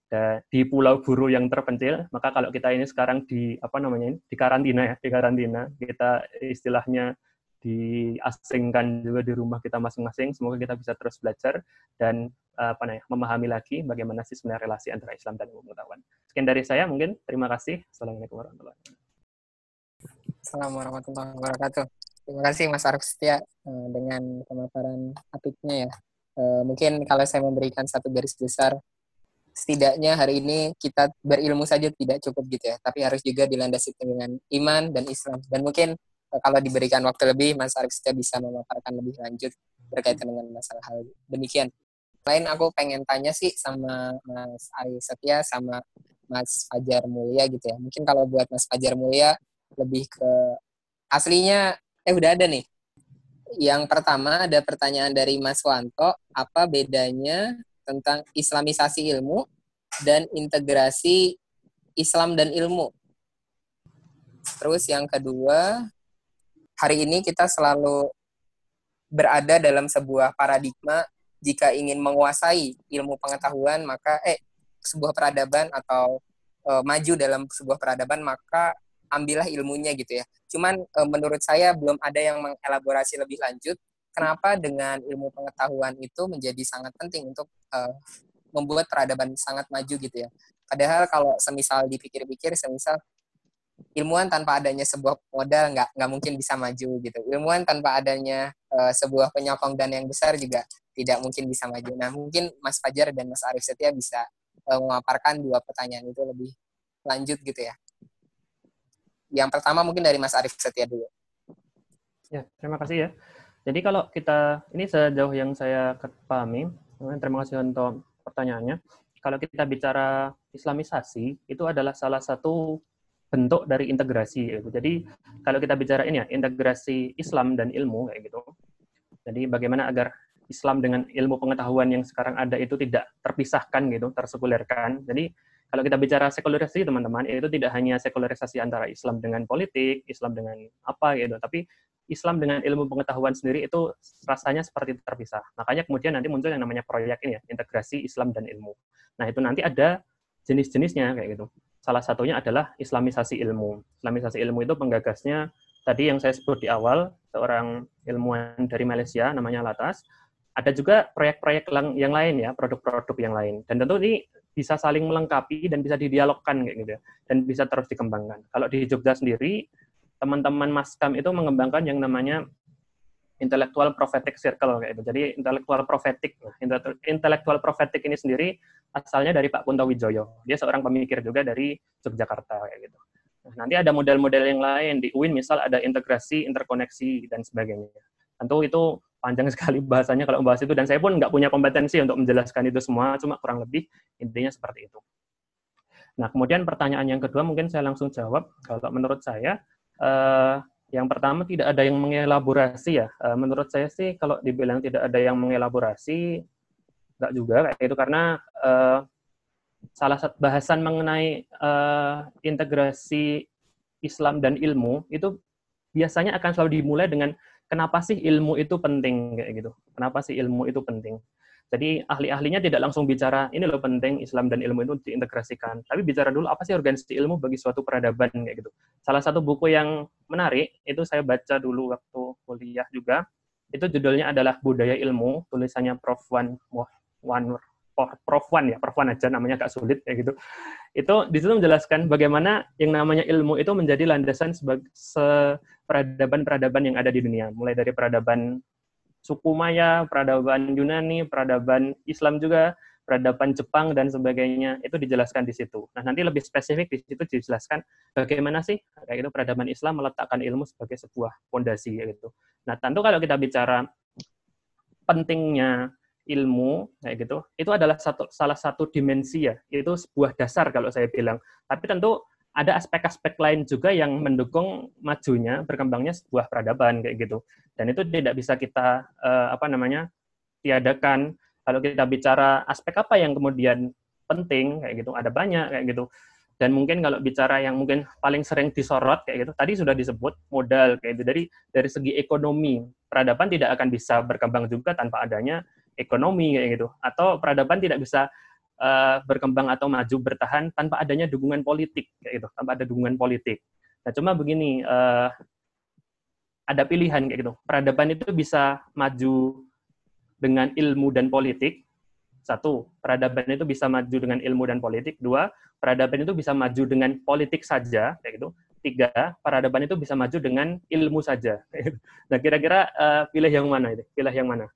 Da, di pulau buru yang terpencil, maka kalau kita ini sekarang di apa namanya ini, di karantina ya, di karantina, kita istilahnya diasingkan juga di rumah kita masing-masing. Semoga kita bisa terus belajar dan apa namanya memahami lagi bagaimana sih sebenarnya relasi antara Islam dan ilmu pengetahuan. Sekian dari saya, mungkin terima kasih. Assalamualaikum warahmatullahi wabarakatuh. Assalamualaikum warahmatullahi wabarakatuh. Terima kasih Mas Arif Setia dengan pemaparan apiknya ya. Mungkin kalau saya memberikan satu garis besar, setidaknya hari ini kita berilmu saja tidak cukup gitu ya, tapi harus juga dilandasi dengan iman dan Islam. Dan mungkin kalau diberikan waktu lebih, Mas Arif Setia bisa memaparkan lebih lanjut berkaitan dengan masalah hal demikian. Lain aku pengen tanya sih sama Mas Arif Setia sama Mas Fajar Mulia gitu ya. Mungkin kalau buat Mas Fajar Mulia lebih ke aslinya, eh udah ada nih. Yang pertama ada pertanyaan dari Mas Wanto, apa bedanya tentang islamisasi ilmu dan integrasi Islam dan ilmu. Terus yang kedua, hari ini kita selalu berada dalam sebuah paradigma jika ingin menguasai ilmu pengetahuan, maka eh sebuah peradaban atau e, maju dalam sebuah peradaban, maka ambillah ilmunya gitu ya. Cuman e, menurut saya belum ada yang mengelaborasi lebih lanjut kenapa dengan ilmu pengetahuan itu menjadi sangat penting untuk uh, membuat peradaban sangat maju gitu ya. Padahal kalau semisal dipikir-pikir, semisal ilmuwan tanpa adanya sebuah modal nggak nggak mungkin bisa maju gitu. Ilmuwan tanpa adanya uh, sebuah penyokong dan yang besar juga tidak mungkin bisa maju. Nah mungkin Mas Fajar dan Mas Arif Setia bisa uh, memaparkan dua pertanyaan itu lebih lanjut gitu ya. Yang pertama mungkin dari Mas Arif Setia dulu. Ya, terima kasih ya. Jadi kalau kita, ini sejauh yang saya pahami, terima kasih untuk pertanyaannya. Kalau kita bicara islamisasi, itu adalah salah satu bentuk dari integrasi. Gitu. Jadi kalau kita bicara ini ya, integrasi Islam dan ilmu, kayak gitu. Jadi bagaimana agar Islam dengan ilmu pengetahuan yang sekarang ada itu tidak terpisahkan, gitu, tersekulerkan. Jadi kalau kita bicara sekularisasi, teman-teman, itu tidak hanya sekularisasi antara Islam dengan politik, Islam dengan apa, gitu, tapi Islam dengan ilmu pengetahuan sendiri itu rasanya seperti terpisah. Makanya kemudian nanti muncul yang namanya proyek ini ya, integrasi Islam dan ilmu. Nah, itu nanti ada jenis-jenisnya kayak gitu. Salah satunya adalah islamisasi ilmu. Islamisasi ilmu itu penggagasnya tadi yang saya sebut di awal, seorang ilmuwan dari Malaysia namanya Latas. Ada juga proyek-proyek yang lain ya, produk-produk yang lain. Dan tentu ini bisa saling melengkapi dan bisa didialogkan kayak gitu ya, dan bisa terus dikembangkan. Kalau di Jogja sendiri, teman-teman Maskam itu mengembangkan yang namanya intellectual prophetic circle kayak gitu. Jadi intellectual prophetic, intellectual prophetic ini sendiri asalnya dari Pak Kunto Wijoyo. Dia seorang pemikir juga dari Yogyakarta kayak gitu. Nah, nanti ada model-model yang lain di U I N, misal ada integrasi, interkoneksi dan sebagainya. Tentu itu panjang sekali bahasanya kalau membahas itu, dan saya pun nggak punya kompetensi untuk menjelaskan itu semua, cuma kurang lebih intinya seperti itu. Nah, kemudian pertanyaan yang kedua mungkin saya langsung jawab. Kalau menurut saya, Uh, yang pertama tidak ada yang mengelaborasi ya. Uh, menurut saya sih kalau dibilang tidak ada yang mengelaborasi, nggak juga kayak itu, karena uh, salah satu bahasan mengenai uh, integrasi Islam dan ilmu itu biasanya akan selalu dimulai dengan kenapa sih ilmu itu penting kayak gitu. Kenapa sih ilmu itu penting? Jadi ahli-ahlinya tidak langsung bicara, ini loh penting Islam dan ilmu itu diintegrasikan. Tapi bicara dulu, apa sih urgensi ilmu bagi suatu peradaban, kayak gitu. Salah satu buku yang menarik, itu saya baca dulu waktu kuliah juga, itu judulnya adalah Budaya Ilmu, tulisannya Prof Wan, Wan Prof Wan ya, Prof Wan aja namanya agak sulit, kayak gitu. Itu di situ menjelaskan bagaimana yang namanya ilmu itu menjadi landasan sebagai peradaban-peradaban yang ada di dunia. Mulai dari peradaban suku Maya, peradaban Yunani, peradaban Islam juga, peradaban Jepang, dan sebagainya, itu dijelaskan di situ. Nah, nanti lebih spesifik di situ dijelaskan bagaimana sih kayak itu peradaban Islam meletakkan ilmu sebagai sebuah fondasi gitu. Nah, tentu kalau kita bicara pentingnya ilmu kayak gitu, itu adalah satu salah satu dimensi ya, itu sebuah dasar kalau saya bilang. Tapi tentu ada aspek-aspek lain juga yang mendukung majunya, berkembangnya sebuah peradaban kayak gitu. Dan itu tidak bisa kita uh, apa namanya tiadakan. Kalau kita bicara aspek apa yang kemudian penting kayak gitu, ada banyak kayak gitu. Dan mungkin kalau bicara yang mungkin paling sering disorot kayak gitu, tadi sudah disebut modal kayak gitu. Dari dari segi ekonomi, peradaban tidak akan bisa berkembang juga tanpa adanya ekonomi kayak gitu. Atau peradaban tidak bisa uh, berkembang atau maju bertahan tanpa adanya dukungan politik kayak gitu, tanpa ada dukungan politik. Nah, cuma begini, uh, ada pilihan kayak gitu. Peradaban itu bisa maju dengan ilmu dan politik. Satu, peradaban itu bisa maju dengan ilmu dan politik. Dua, peradaban itu bisa maju dengan politik saja kayak gitu. Tiga, peradaban itu bisa maju dengan ilmu saja. Nah, kira-kira uh, pilih yang mana itu? Pilih yang mana?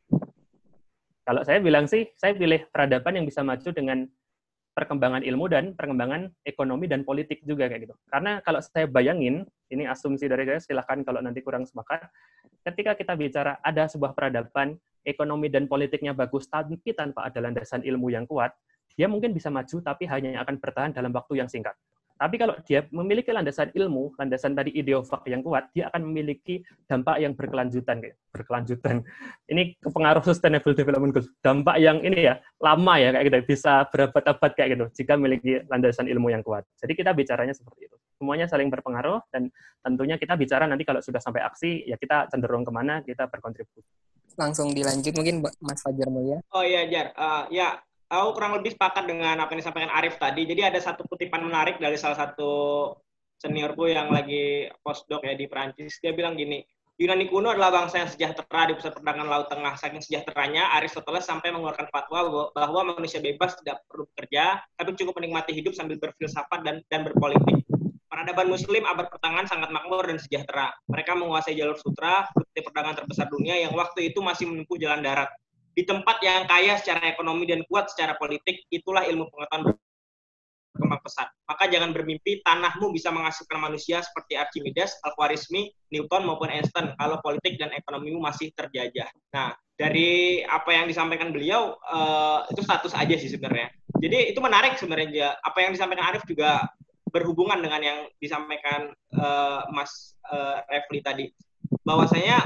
Kalau saya bilang sih, saya pilih peradaban yang bisa maju dengan perkembangan ilmu dan perkembangan ekonomi dan politik juga kayak gitu. Karena kalau saya bayangin, ini asumsi dari saya, silahkan kalau nanti kurang sepakat, ketika kita bicara ada sebuah peradaban, ekonomi dan politiknya bagus, tapi tanpa ada landasan ilmu yang kuat, dia mungkin bisa maju, tapi hanya akan bertahan dalam waktu yang singkat. Tapi kalau dia memiliki landasan ilmu, landasan tadi ideofak yang kuat, dia akan memiliki dampak yang berkelanjutan. Kayak berkelanjutan. Ini pengaruh sustainable development goals. Dampak yang ini ya, lama ya, kayak gitu. Bisa berabad-abad kayak gitu, jika memiliki landasan ilmu yang kuat. Jadi kita bicaranya seperti itu. Semuanya saling berpengaruh, dan tentunya kita bicara nanti kalau sudah sampai aksi, ya kita cenderung kemana, kita berkontribusi. Langsung dilanjut mungkin Mas Fajar Mulia. Oh iya, Jar. Uh, ya, aku kurang lebih sepakat dengan apa yang disampaikan Arif tadi. Jadi ada satu kutipan menarik dari salah satu seniorku yang lagi postdoc ya di Perancis. Dia bilang gini, Yunani kuno adalah bangsa yang sejahtera di pusat perdagangan Laut Tengah. Saking sejahteranya, Aristoteles sampai mengeluarkan fatwa bahwa manusia bebas tidak perlu bekerja, tapi cukup menikmati hidup sambil berfilsafat dan, dan berpolitik. Peradaban Muslim abad pertengahan sangat makmur dan sejahtera. Mereka menguasai jalur sutra, rute perdagangan terbesar dunia yang waktu itu masih menempuh jalan darat. Di tempat yang kaya secara ekonomi dan kuat secara politik, itulah ilmu pengetahuan berkembang pesat. Maka jangan bermimpi tanahmu bisa menghasilkan manusia seperti Archimedes, Al-Khwarizmi, Newton maupun Einstein kalau politik dan ekonomimu masih terjajah. Nah, dari apa yang disampaikan beliau, uh, itu status aja sih sebenarnya. Jadi itu menarik sebenarnya. Apa yang disampaikan Arif juga berhubungan dengan yang disampaikan uh, Mas uh, Refli tadi, bahwasanya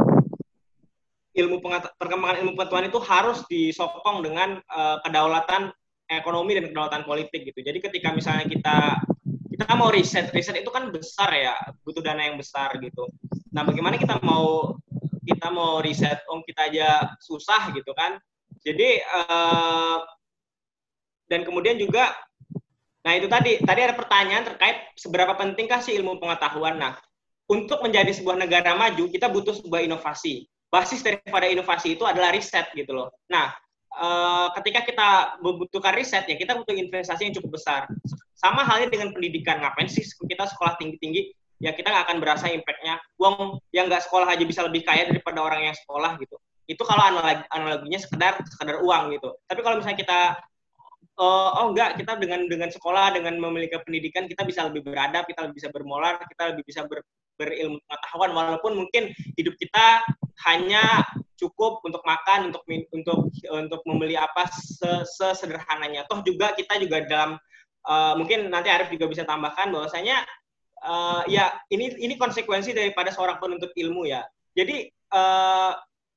ilmu perkembangan ilmu pengetahuan itu harus disokong dengan uh, kedaulatan ekonomi dan kedaulatan politik gitu. Jadi ketika misalnya kita kita mau riset, riset itu kan besar ya, butuh dana yang besar gitu. Nah, bagaimana kita mau kita mau riset, om kita aja susah gitu kan. Jadi uh, dan kemudian juga, nah itu tadi, tadi ada pertanyaan terkait seberapa pentingkah sih ilmu pengetahuan. Nah, untuk menjadi sebuah negara maju, kita butuh sebuah inovasi. Basis daripada inovasi itu adalah riset gitu loh. Nah, e, ketika kita membutuhkan riset, ya kita butuh investasi yang cukup besar. Sama halnya dengan pendidikan. Ngapain sih kita sekolah tinggi-tinggi? Ya kita nggak akan berasa impact-nya. Uang yang nggak sekolah aja bisa lebih kaya daripada orang yang sekolah gitu. Itu kalau analog, analoginya sekedar sekedar uang gitu. Tapi kalau misalnya kita Uh, oh enggak, kita dengan dengan sekolah, dengan memiliki pendidikan, kita bisa lebih beradab, kita lebih bisa bermoral, kita lebih bisa ber, berilmu pengetahuan, walaupun mungkin hidup kita hanya cukup untuk makan, untuk untuk untuk membeli apa sesederhananya. Toh juga kita juga dalam uh, mungkin nanti Arif juga bisa tambahkan bahwasanya uh, ya ini ini konsekuensi daripada seorang penuntut ilmu ya. Jadi uh,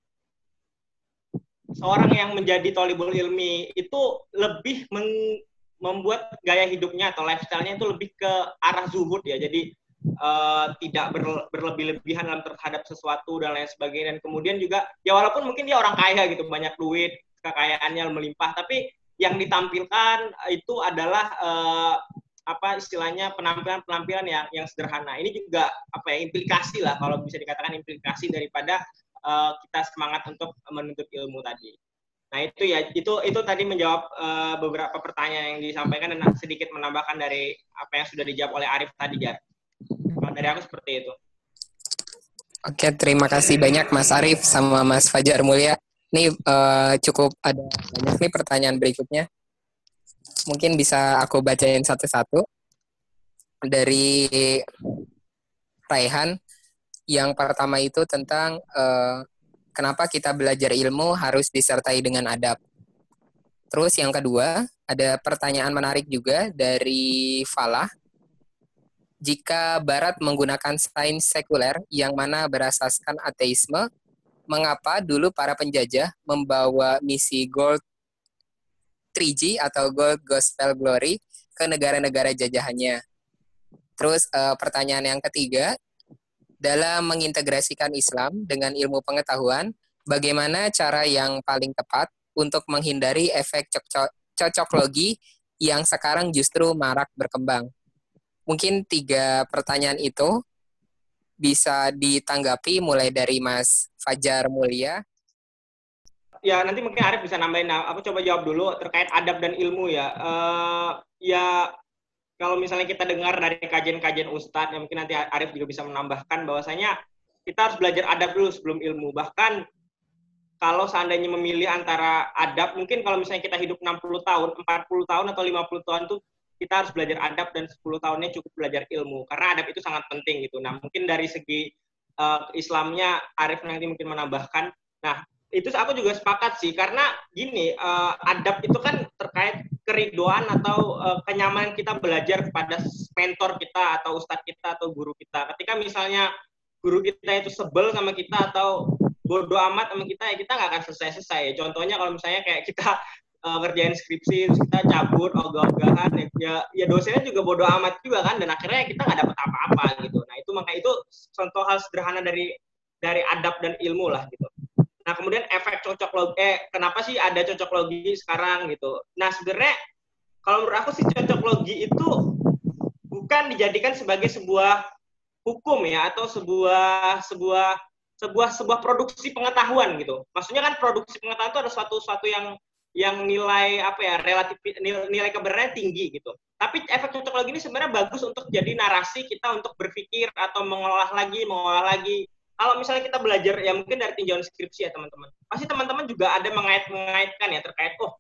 seorang yang menjadi thalibul ilmi itu lebih meng, membuat gaya hidupnya atau lifestyle-nya itu lebih ke arah zuhud ya. Jadi uh, tidak ber, berlebih-lebihan dalam terhadap sesuatu dan lain sebagainya. Dan kemudian juga ya walaupun mungkin dia orang kaya gitu, banyak duit, kekayaannya melimpah, tapi yang ditampilkan itu adalah uh, apa istilahnya penampilan-penampilan yang yang sederhana. Ini juga apa ya implikasi lah kalau bisa dikatakan implikasi daripada Uh, kita semangat untuk menuntut ilmu tadi. Nah itu ya itu itu tadi menjawab uh, beberapa pertanyaan yang disampaikan dan sedikit menambahkan dari apa yang sudah dijawab oleh Arif tadi, Jar. Kalau dari aku seperti itu. Oke, terima kasih banyak Mas Arif sama Mas Fajar Mulia. Ini uh, cukup ada banyak nih pertanyaan berikutnya. Mungkin bisa aku bacain satu-satu. Dari Raihan. Yang pertama itu tentang uh, kenapa kita belajar ilmu harus disertai dengan adab. Terus yang kedua, ada pertanyaan menarik juga dari Falah. Jika Barat menggunakan sains sekuler yang mana berasaskan ateisme, mengapa dulu para penjajah membawa misi Gold tiga G atau Gold Gospel Glory ke negara-negara jajahannya? Terus uh, pertanyaan yang ketiga, dalam mengintegrasikan Islam dengan ilmu pengetahuan, bagaimana cara yang paling tepat untuk menghindari efek cocok cocoklogi yang sekarang justru marak berkembang? Mungkin tiga pertanyaan itu bisa ditanggapi mulai dari Mas Fajar Mulia. Ya, nanti mungkin Arif bisa nambahin. Nah, aku coba jawab dulu terkait adab dan ilmu ya. Uh, ya, kalau misalnya kita dengar dari kajian-kajian Ustadz, ya mungkin nanti Arif juga bisa menambahkan bahwasanya kita harus belajar adab dulu sebelum ilmu. Bahkan kalau seandainya memilih antara adab, mungkin kalau misalnya kita hidup enam puluh tahun, empat puluh tahun, atau lima puluh tahun tuh kita harus belajar adab dan sepuluh tahunnya cukup belajar ilmu. Karena adab itu sangat penting gitu. Nah, mungkin dari segi uh, Islamnya, Arif nanti mungkin menambahkan. Nah, itu aku juga sepakat sih. Karena gini, uh, adab itu kan terkait keriduan atau uh, kenyamanan kita belajar kepada mentor kita, atau ustadz kita, atau guru kita. Ketika misalnya guru kita itu sebel sama kita, atau bodoh amat sama kita, ya kita nggak akan selesai-selesai. Contohnya kalau misalnya kayak kita uh, ngerjain skripsi, terus kita cabut, ogah-ogahan, ya, ya dosennya juga bodoh amat juga kan, dan akhirnya kita nggak dapat apa-apa gitu. Nah itu makanya itu contoh hal sederhana dari dari adab dan ilmu lah gitu. Nah kemudian efek cocok logi, eh kenapa sih ada cocok logi sekarang gitu? Nah sebenarnya kalau menurut aku sih cocok logi itu bukan dijadikan sebagai sebuah hukum ya, atau sebuah sebuah sebuah sebuah produksi pengetahuan gitu. Maksudnya kan produksi pengetahuan itu ada suatu suatu yang yang nilai apa ya, relatif nilai, nilai kebenarannya tinggi gitu. Tapi efek cocok logi ini sebenarnya bagus untuk jadi narasi kita untuk berpikir atau mengolah lagi, mengolah lagi. Kalau misalnya kita belajar ya mungkin dari tinjauan skripsi ya teman-teman. Pasti teman-teman juga ada mengait-mengaitkan ya terkait oh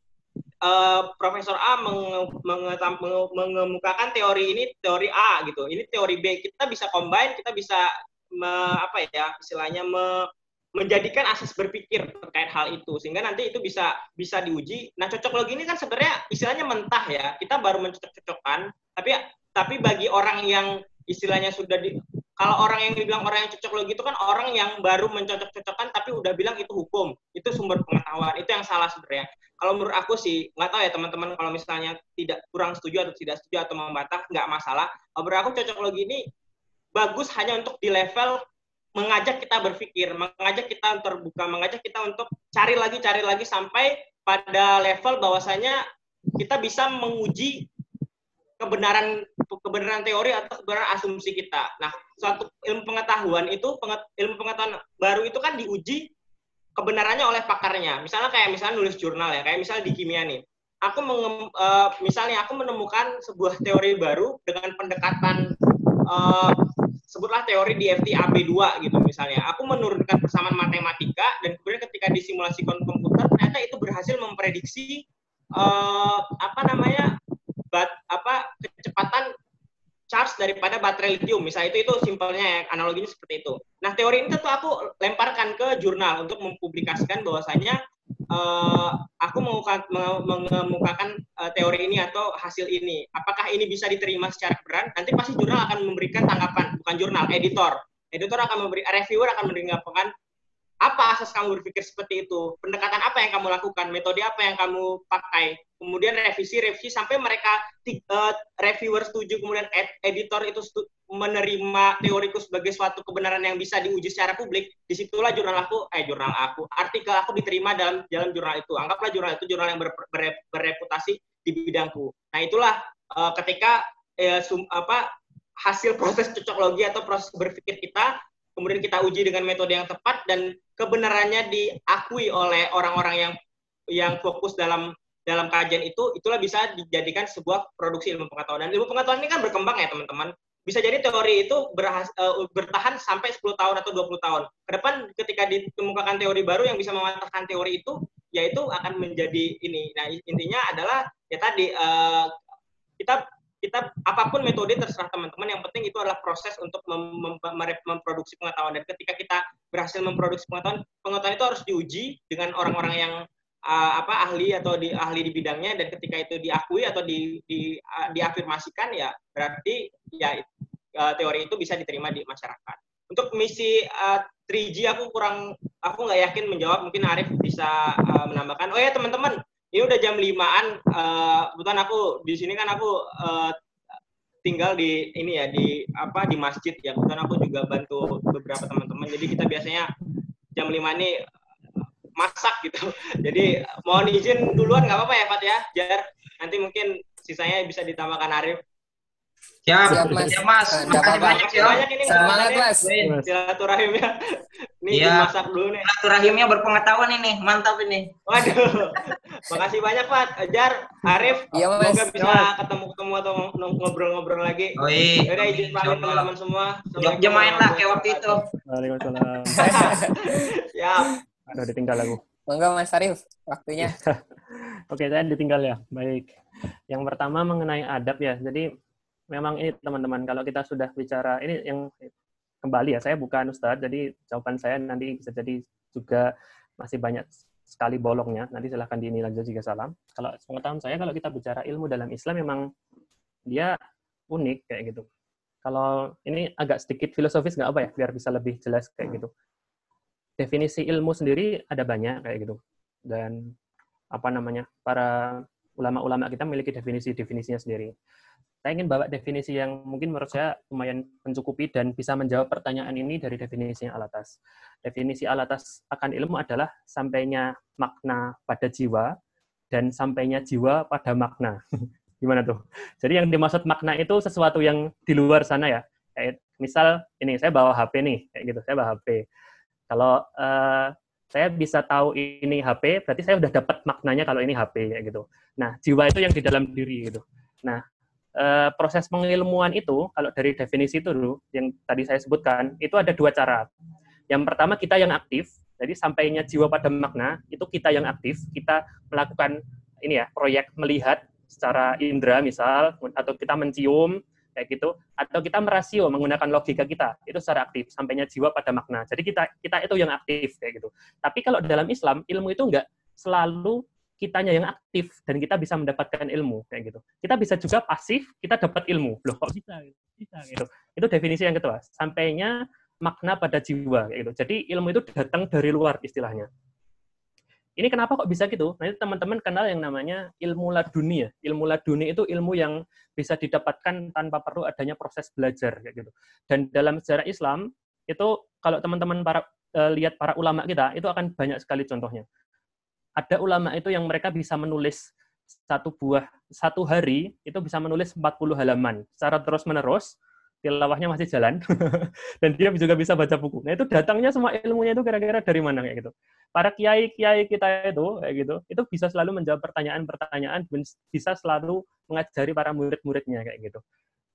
Uh, Profesor A menge, menge, menge, mengemukakan teori ini teori A gitu, ini teori B, kita bisa combine, kita bisa me, apa ya istilahnya me, menjadikan asas berpikir terkait hal itu sehingga nanti itu bisa bisa diuji. Nah cocok logi ini kan sebenarnya istilahnya mentah ya, kita baru mencocok-cocokkan, tapi tapi bagi orang yang istilahnya sudah di, kalau orang yang dibilang orang yang cocok logi itu kan orang yang baru mencocok-cocokkan tapi udah bilang itu hukum, itu sumber pengetahuan, itu yang salah sebenarnya. Kalau menurut aku sih, nggak tahu ya teman-teman kalau misalnya tidak kurang setuju atau tidak setuju atau membantah, nggak masalah. Kalau menurut aku cocok logi ini bagus hanya untuk di level mengajak kita berpikir, mengajak kita terbuka, mengajak kita untuk cari lagi, cari lagi sampai pada level bahwasanya kita bisa menguji kebenaran kebenaran teori atau kebenaran asumsi kita. Nah, suatu ilmu pengetahuan itu ilmu pengetahuan baru itu kan diuji kebenarannya oleh pakarnya. Misalnya kayak misalnya nulis jurnal ya, kayak misalnya di kimia nih. Aku menge, uh, misalnya aku menemukan sebuah teori baru dengan pendekatan uh, sebutlah teori di F T A B dua gitu misalnya. Aku menurunkan persamaan matematika dan kemudian ketika disimulasikan komputer ternyata itu berhasil memprediksi uh, apa namanya? Bat, apa kecepatan charge daripada baterai lithium, misalnya itu itu simpelnya ya, analoginya seperti itu. Nah teori ini tuh aku lemparkan ke jurnal untuk mempublikasikan bahwasanya uh, aku mengemukakan uh, teori ini atau hasil ini. Apakah ini bisa diterima secara kebenaran? Nanti pasti jurnal akan memberikan tanggapan, bukan jurnal, editor. Editor akan memberi, reviewer akan mendengarkan apa asas kamu berpikir seperti itu, pendekatan apa yang kamu lakukan, metode apa yang kamu pakai, kemudian revisi, revisi sampai mereka uh, reviewer setuju, kemudian ed editor itu menerima teoriku sebagai suatu kebenaran yang bisa diuji secara publik, disitulah jurnal aku, eh jurnal aku, artikel aku diterima dalam dalam jurnal itu. Anggaplah jurnal itu jurnal yang ber, ber, berreputasi di bidangku. Nah itulah uh, ketika uh, sum, apa hasil proses cocoklogi atau proses berpikir kita, kemudian kita uji dengan metode yang tepat dan kebenarannya diakui oleh orang-orang yang yang fokus dalam dalam kajian itu, itulah bisa dijadikan sebuah produksi ilmu pengetahuan. Dan ilmu pengetahuan ini kan berkembang ya teman-teman. Bisa jadi teori itu berhas, uh, bertahan sampai sepuluh tahun atau dua puluh tahun. Ke depan ketika ditemukan teori baru yang bisa mematahkan teori itu, yaitu akan menjadi ini. Nah intinya adalah ya tadi uh, kita kita apapun metode terserah teman-teman, yang penting itu adalah proses untuk mem mem memproduksi pengetahuan, dan ketika kita berhasil memproduksi pengetahuan, pengetahuan itu harus diuji dengan orang-orang yang uh, apa ahli atau di ahli di bidangnya, dan ketika itu diakui atau di, di uh, diafirmasikan ya berarti ya uh, teori itu bisa diterima di masyarakat. Untuk misi uh, tiga G aku kurang aku nggak yakin menjawab, mungkin Arif bisa uh, menambahkan. Oh ya teman-teman, ini udah jam limaan, uh, kebetulan aku di sini kan aku uh, tinggal di ini ya di apa di masjid ya, kebetulan aku juga bantu beberapa teman-teman, jadi kita biasanya jam lima ini masak gitu. Jadi mohon izin duluan nggak apa-apa ya Fat ya, Jar. Nanti mungkin sisanya bisa ditambahkan Arif. Siap, Siap, Mas. siap, Mas. Eh, nggak Makasih apa-apa. banyak, Makasih Sil. banyak ini Semangat, ngomongannya. Mas. Win. Silaturahimnya. Ini Iya. dimasak dulu nih. Silaturahimnya berpengetahuan ini, mantap ini. Waduh. Makasih banyak Fat, Jar, Arif. Iya, Mas. Semoga bisa ketemu-ketemu atau ngobrol-ngobrol lagi. Oh iya. Yaudah izin pamit teman-teman semua. Jogja main lah kayak waktu itu. Waalaikumsalam. Siap. Aduh, ditinggal aku. Monggo Mas Arif, waktunya. Oke, saya ditinggal ya. Baik. Yang pertama mengenai adab ya. Jadi memang ini teman-teman, kalau kita sudah bicara, ini yang kembali ya, saya bukan ustadz, jadi jawaban saya nanti bisa jadi juga masih banyak sekali bolongnya. Nanti silahkan dinilai jika salah. Kalau pengetahuan saya, kalau kita bicara ilmu dalam Islam, memang dia unik kayak gitu. Kalau ini agak sedikit filosofis nggak apa ya, biar bisa lebih jelas kayak gitu. Definisi ilmu sendiri ada banyak kayak gitu. Dan apa namanya, para ulama-ulama kita memiliki definisi-definisinya sendiri. Saya ingin bawa definisi yang mungkin menurut saya lumayan mencukupi dan bisa menjawab pertanyaan ini dari definisi yang alatas. Definisi alatas akan ilmu adalah sampainya makna pada jiwa dan sampainya jiwa pada makna. Gimana tuh? Jadi yang dimaksud makna itu sesuatu yang di luar sana ya. Kayak misal ini saya bawa H P nih, kayak gitu. Saya bawa H P. Kalau uh, saya bisa tahu ini H P, berarti saya udah dapat maknanya kalau ini H P kayak gitu. Nah, jiwa itu yang di dalam diri gitu. Nah, Uh, proses pengilmuan itu, kalau dari definisi itu dulu, yang tadi saya sebutkan, itu ada dua cara. Yang pertama, kita yang aktif, jadi sampainya jiwa pada makna, itu kita yang aktif, kita melakukan ini ya, proyek melihat secara indera misal, atau kita mencium, kayak gitu, atau kita merasio menggunakan logika kita, itu secara aktif, sampainya jiwa pada makna. Jadi kita kita itu yang aktif, kayak gitu. Tapi kalau dalam Islam, ilmu itu enggak selalu kitanya yang aktif dan kita bisa mendapatkan ilmu kayak gitu. Kita bisa juga pasif, kita dapat ilmu. Loh kok bisa? Bisa gitu. Itu definisi yang kedua. Sampainya makna pada jiwa kayak gitu. Jadi ilmu itu datang dari luar istilahnya. Ini kenapa kok bisa gitu? Nanti teman-teman kenal yang namanya ilmu laduni ya. Ilmu laduni itu ilmu yang bisa didapatkan tanpa perlu adanya proses belajar kayak gitu. Dan dalam sejarah Islam itu kalau teman-teman para uh, lihat para ulama kita itu akan banyak sekali contohnya. Ada ulama itu yang mereka bisa menulis satu buah, satu hari, itu bisa menulis empat puluh halaman. Secara terus-menerus, tilawahnya masih jalan, dan dia juga bisa baca buku. Nah, itu datangnya semua ilmunya itu kira-kira dari mana, kayak gitu. Para kiai-kiai kita itu, kayak gitu, itu bisa selalu menjawab pertanyaan-pertanyaan, dan bisa selalu mengajari para murid-muridnya, kayak gitu.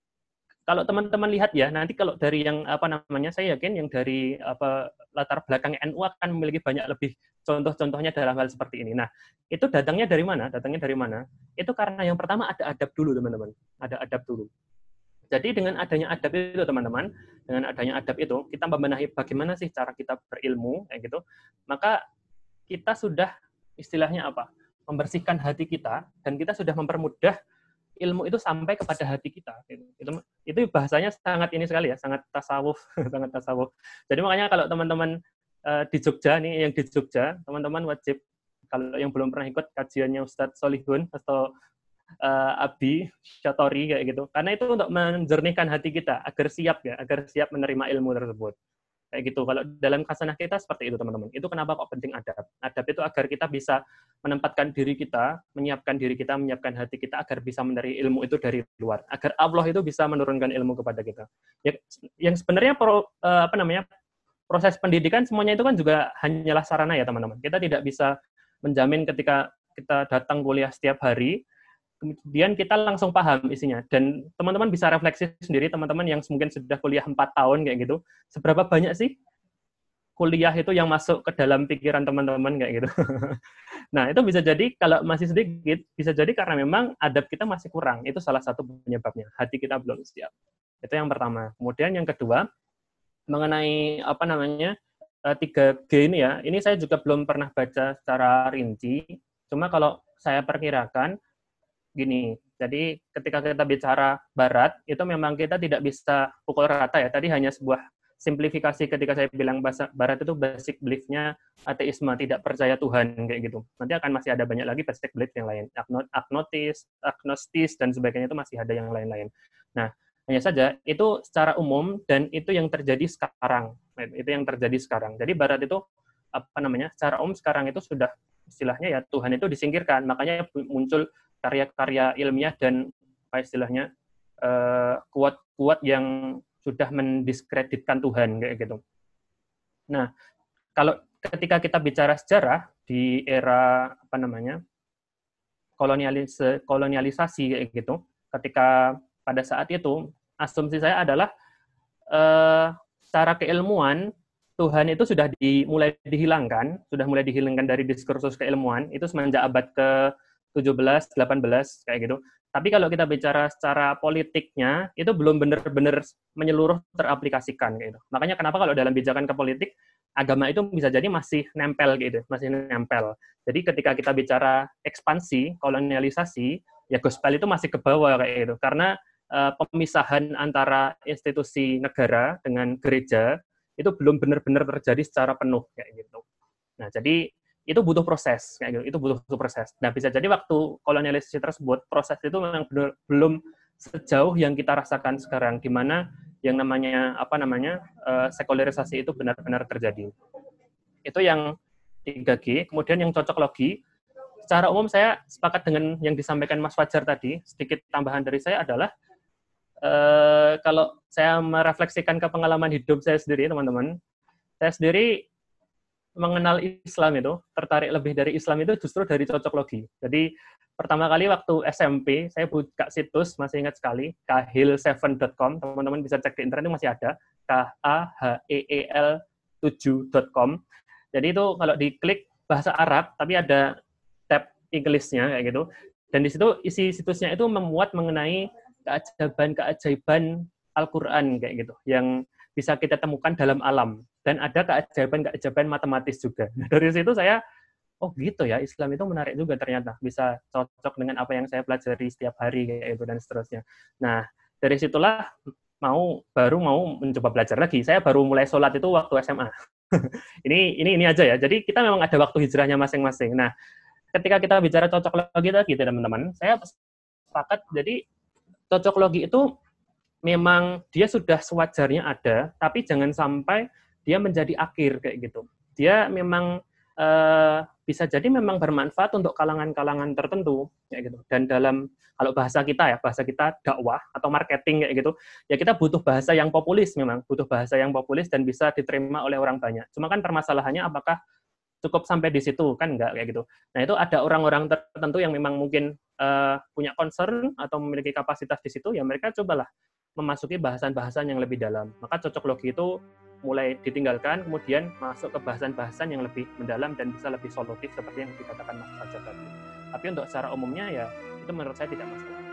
Kalau teman-teman lihat ya, nanti kalau dari yang apa namanya, saya yakin yang dari apa latar belakang N U akan memiliki banyak lebih contoh-contohnya dalam hal seperti ini. Nah, itu datangnya dari mana? Datangnya dari mana? Itu karena yang pertama ada adab dulu, teman-teman. Ada adab dulu. Jadi dengan adanya adab itu, teman-teman, dengan adanya adab itu, kita membenahi bagaimana sih cara kita berilmu, kayak gitu. Maka kita sudah istilahnya apa? Membersihkan hati kita, dan kita sudah mempermudah ilmu itu sampai kepada hati kita. Itu, itu bahasanya sangat ini sekali ya, sangat tasawuf, sangat tasawuf. Jadi makanya kalau teman-teman uh, di Jogja nih, yang di Jogja, teman-teman wajib kalau yang belum pernah ikut kajiannya Ustadz Solihun atau uh, Abi Syatori kayak gitu, karena itu untuk menjernihkan hati kita agar siap ya, agar siap menerima ilmu tersebut. Kayak gitu. Kalau dalam khasanah kita seperti itu, teman-teman. Itu kenapa kok penting adab. Adab itu agar kita bisa menempatkan diri kita, menyiapkan diri kita, menyiapkan hati kita agar bisa menerima ilmu itu dari luar. Agar Allah itu bisa menurunkan ilmu kepada kita. Yang sebenarnya pro, apa namanya proses pendidikan semuanya itu kan juga hanyalah sarana ya, teman-teman. Kita tidak bisa menjamin ketika kita datang kuliah setiap hari, kemudian kita langsung paham isinya. Dan teman-teman bisa refleksi sendiri, teman-teman yang mungkin sudah kuliah empat tahun kayak gitu, seberapa banyak sih kuliah itu yang masuk ke dalam pikiran teman-teman kayak gitu. Nah, itu bisa jadi kalau masih sedikit, bisa jadi karena memang adab kita masih kurang. Itu salah satu penyebabnya. Hati kita belum siap. Itu yang pertama. Kemudian yang kedua, mengenai apa namanya tiga G ini ya, ini saya juga belum pernah baca secara rinci. Cuma kalau saya perkirakan, gini, jadi ketika kita bicara barat, itu memang kita tidak bisa pukul rata ya. Tadi hanya sebuah simplifikasi ketika saya bilang bahasa barat itu basic belief-nya ateisme, tidak percaya Tuhan, kayak gitu. Nanti akan masih ada banyak lagi basic belief yang lain. Agnotis, agnostis, dan sebagainya itu masih ada yang lain-lain. Nah, hanya saja, itu secara umum, dan itu yang terjadi sekarang. Itu yang terjadi sekarang. Jadi barat itu apa namanya, secara umum sekarang itu sudah istilahnya ya Tuhan itu disingkirkan, makanya muncul karya-karya ilmiah dan apa istilahnya kuat-kuat yang sudah mendiskreditkan Tuhan kayak gitu. Nah, kalau ketika kita bicara sejarah di era apa namanya kolonialis kolonialisasi kayak gitu, ketika pada saat itu asumsi saya adalah eh, secara keilmuan Tuhan itu sudah dimulai dihilangkan, sudah mulai dihilangkan dari diskursus keilmuan itu semenjak abad ke tujuh belas, delapan belas kayak gitu. Tapi kalau kita bicara secara politiknya itu belum benar-benar menyeluruh teraplikasikan kayak gitu. Makanya kenapa kalau dalam bijakan ke politik agama itu bisa jadi masih nempel gitu, masih nempel. Jadi ketika kita bicara ekspansi, kolonialisasi, ya gospel itu masih ke bawah kayak gitu. Karena uh, pemisahan antara institusi negara dengan gereja itu belum benar-benar terjadi secara penuh kayak gitu. Nah, jadi itu butuh proses kayak gitu. Itu butuh proses. Nah, bisa jadi waktu kolonialisasi tersebut proses itu memang benar, belum sejauh yang kita rasakan sekarang, di mana yang namanya apa namanya uh, sekularisasi itu benar-benar terjadi. Itu yang tiga G. Kemudian yang cocok logi, secara umum saya sepakat dengan yang disampaikan Mas Fajar tadi. Sedikit tambahan dari saya adalah uh, kalau saya merefleksikan ke pengalaman hidup saya sendiri, teman-teman, saya sendiri mengenal Islam itu, tertarik lebih dari Islam itu justru dari cocok logi. Jadi pertama kali waktu S M P, saya buka situs, masih ingat sekali, kahil tujuh dot com, teman-teman bisa cek di internet, itu masih ada, K A H E E L tujuh dot com. Jadi itu kalau diklik bahasa Arab, tapi ada tab English-nya, kayak gitu. Dan di situ isi situsnya itu memuat mengenai keajaiban-keajaiban Al-Quran, kayak gitu, yang bisa kita temukan dalam alam. Dan ada keajaiban-keajaiban matematis juga. Nah, dari situ saya, oh gitu ya, Islam itu menarik juga ternyata. Bisa cocok dengan apa yang saya pelajari setiap hari, kayak itu, dan seterusnya. Nah, dari situlah mau baru mau mencoba belajar lagi. Saya baru mulai sholat itu waktu S M A. ini ini ini aja ya. Jadi kita memang ada waktu hijrahnya masing-masing. Nah, ketika kita bicara cocok logi tadi, teman-teman, saya sepakat. Jadi cocok logi itu memang dia sudah sewajarnya ada, tapi jangan sampai dia menjadi akhir kayak gitu. Dia memang uh, bisa jadi memang bermanfaat untuk kalangan-kalangan tertentu kayak gitu. Dan dalam kalau bahasa kita ya, bahasa kita dakwah atau marketing kayak gitu, ya kita butuh bahasa yang populis memang, butuh bahasa yang populis dan bisa diterima oleh orang banyak. Cuma kan permasalahannya apakah cukup sampai di situ, kan enggak kayak gitu. Nah, itu ada orang-orang tertentu yang memang mungkin uh, punya concern atau memiliki kapasitas di situ, ya mereka cobalah memasuki bahasan-bahasan yang lebih dalam. Maka cocok logi itu mulai ditinggalkan, kemudian masuk ke bahasan-bahasan yang lebih mendalam dan bisa lebih solutif seperti yang dikatakan Mas Fajar tadi. Tapi untuk secara umumnya ya, itu menurut saya tidak masalah.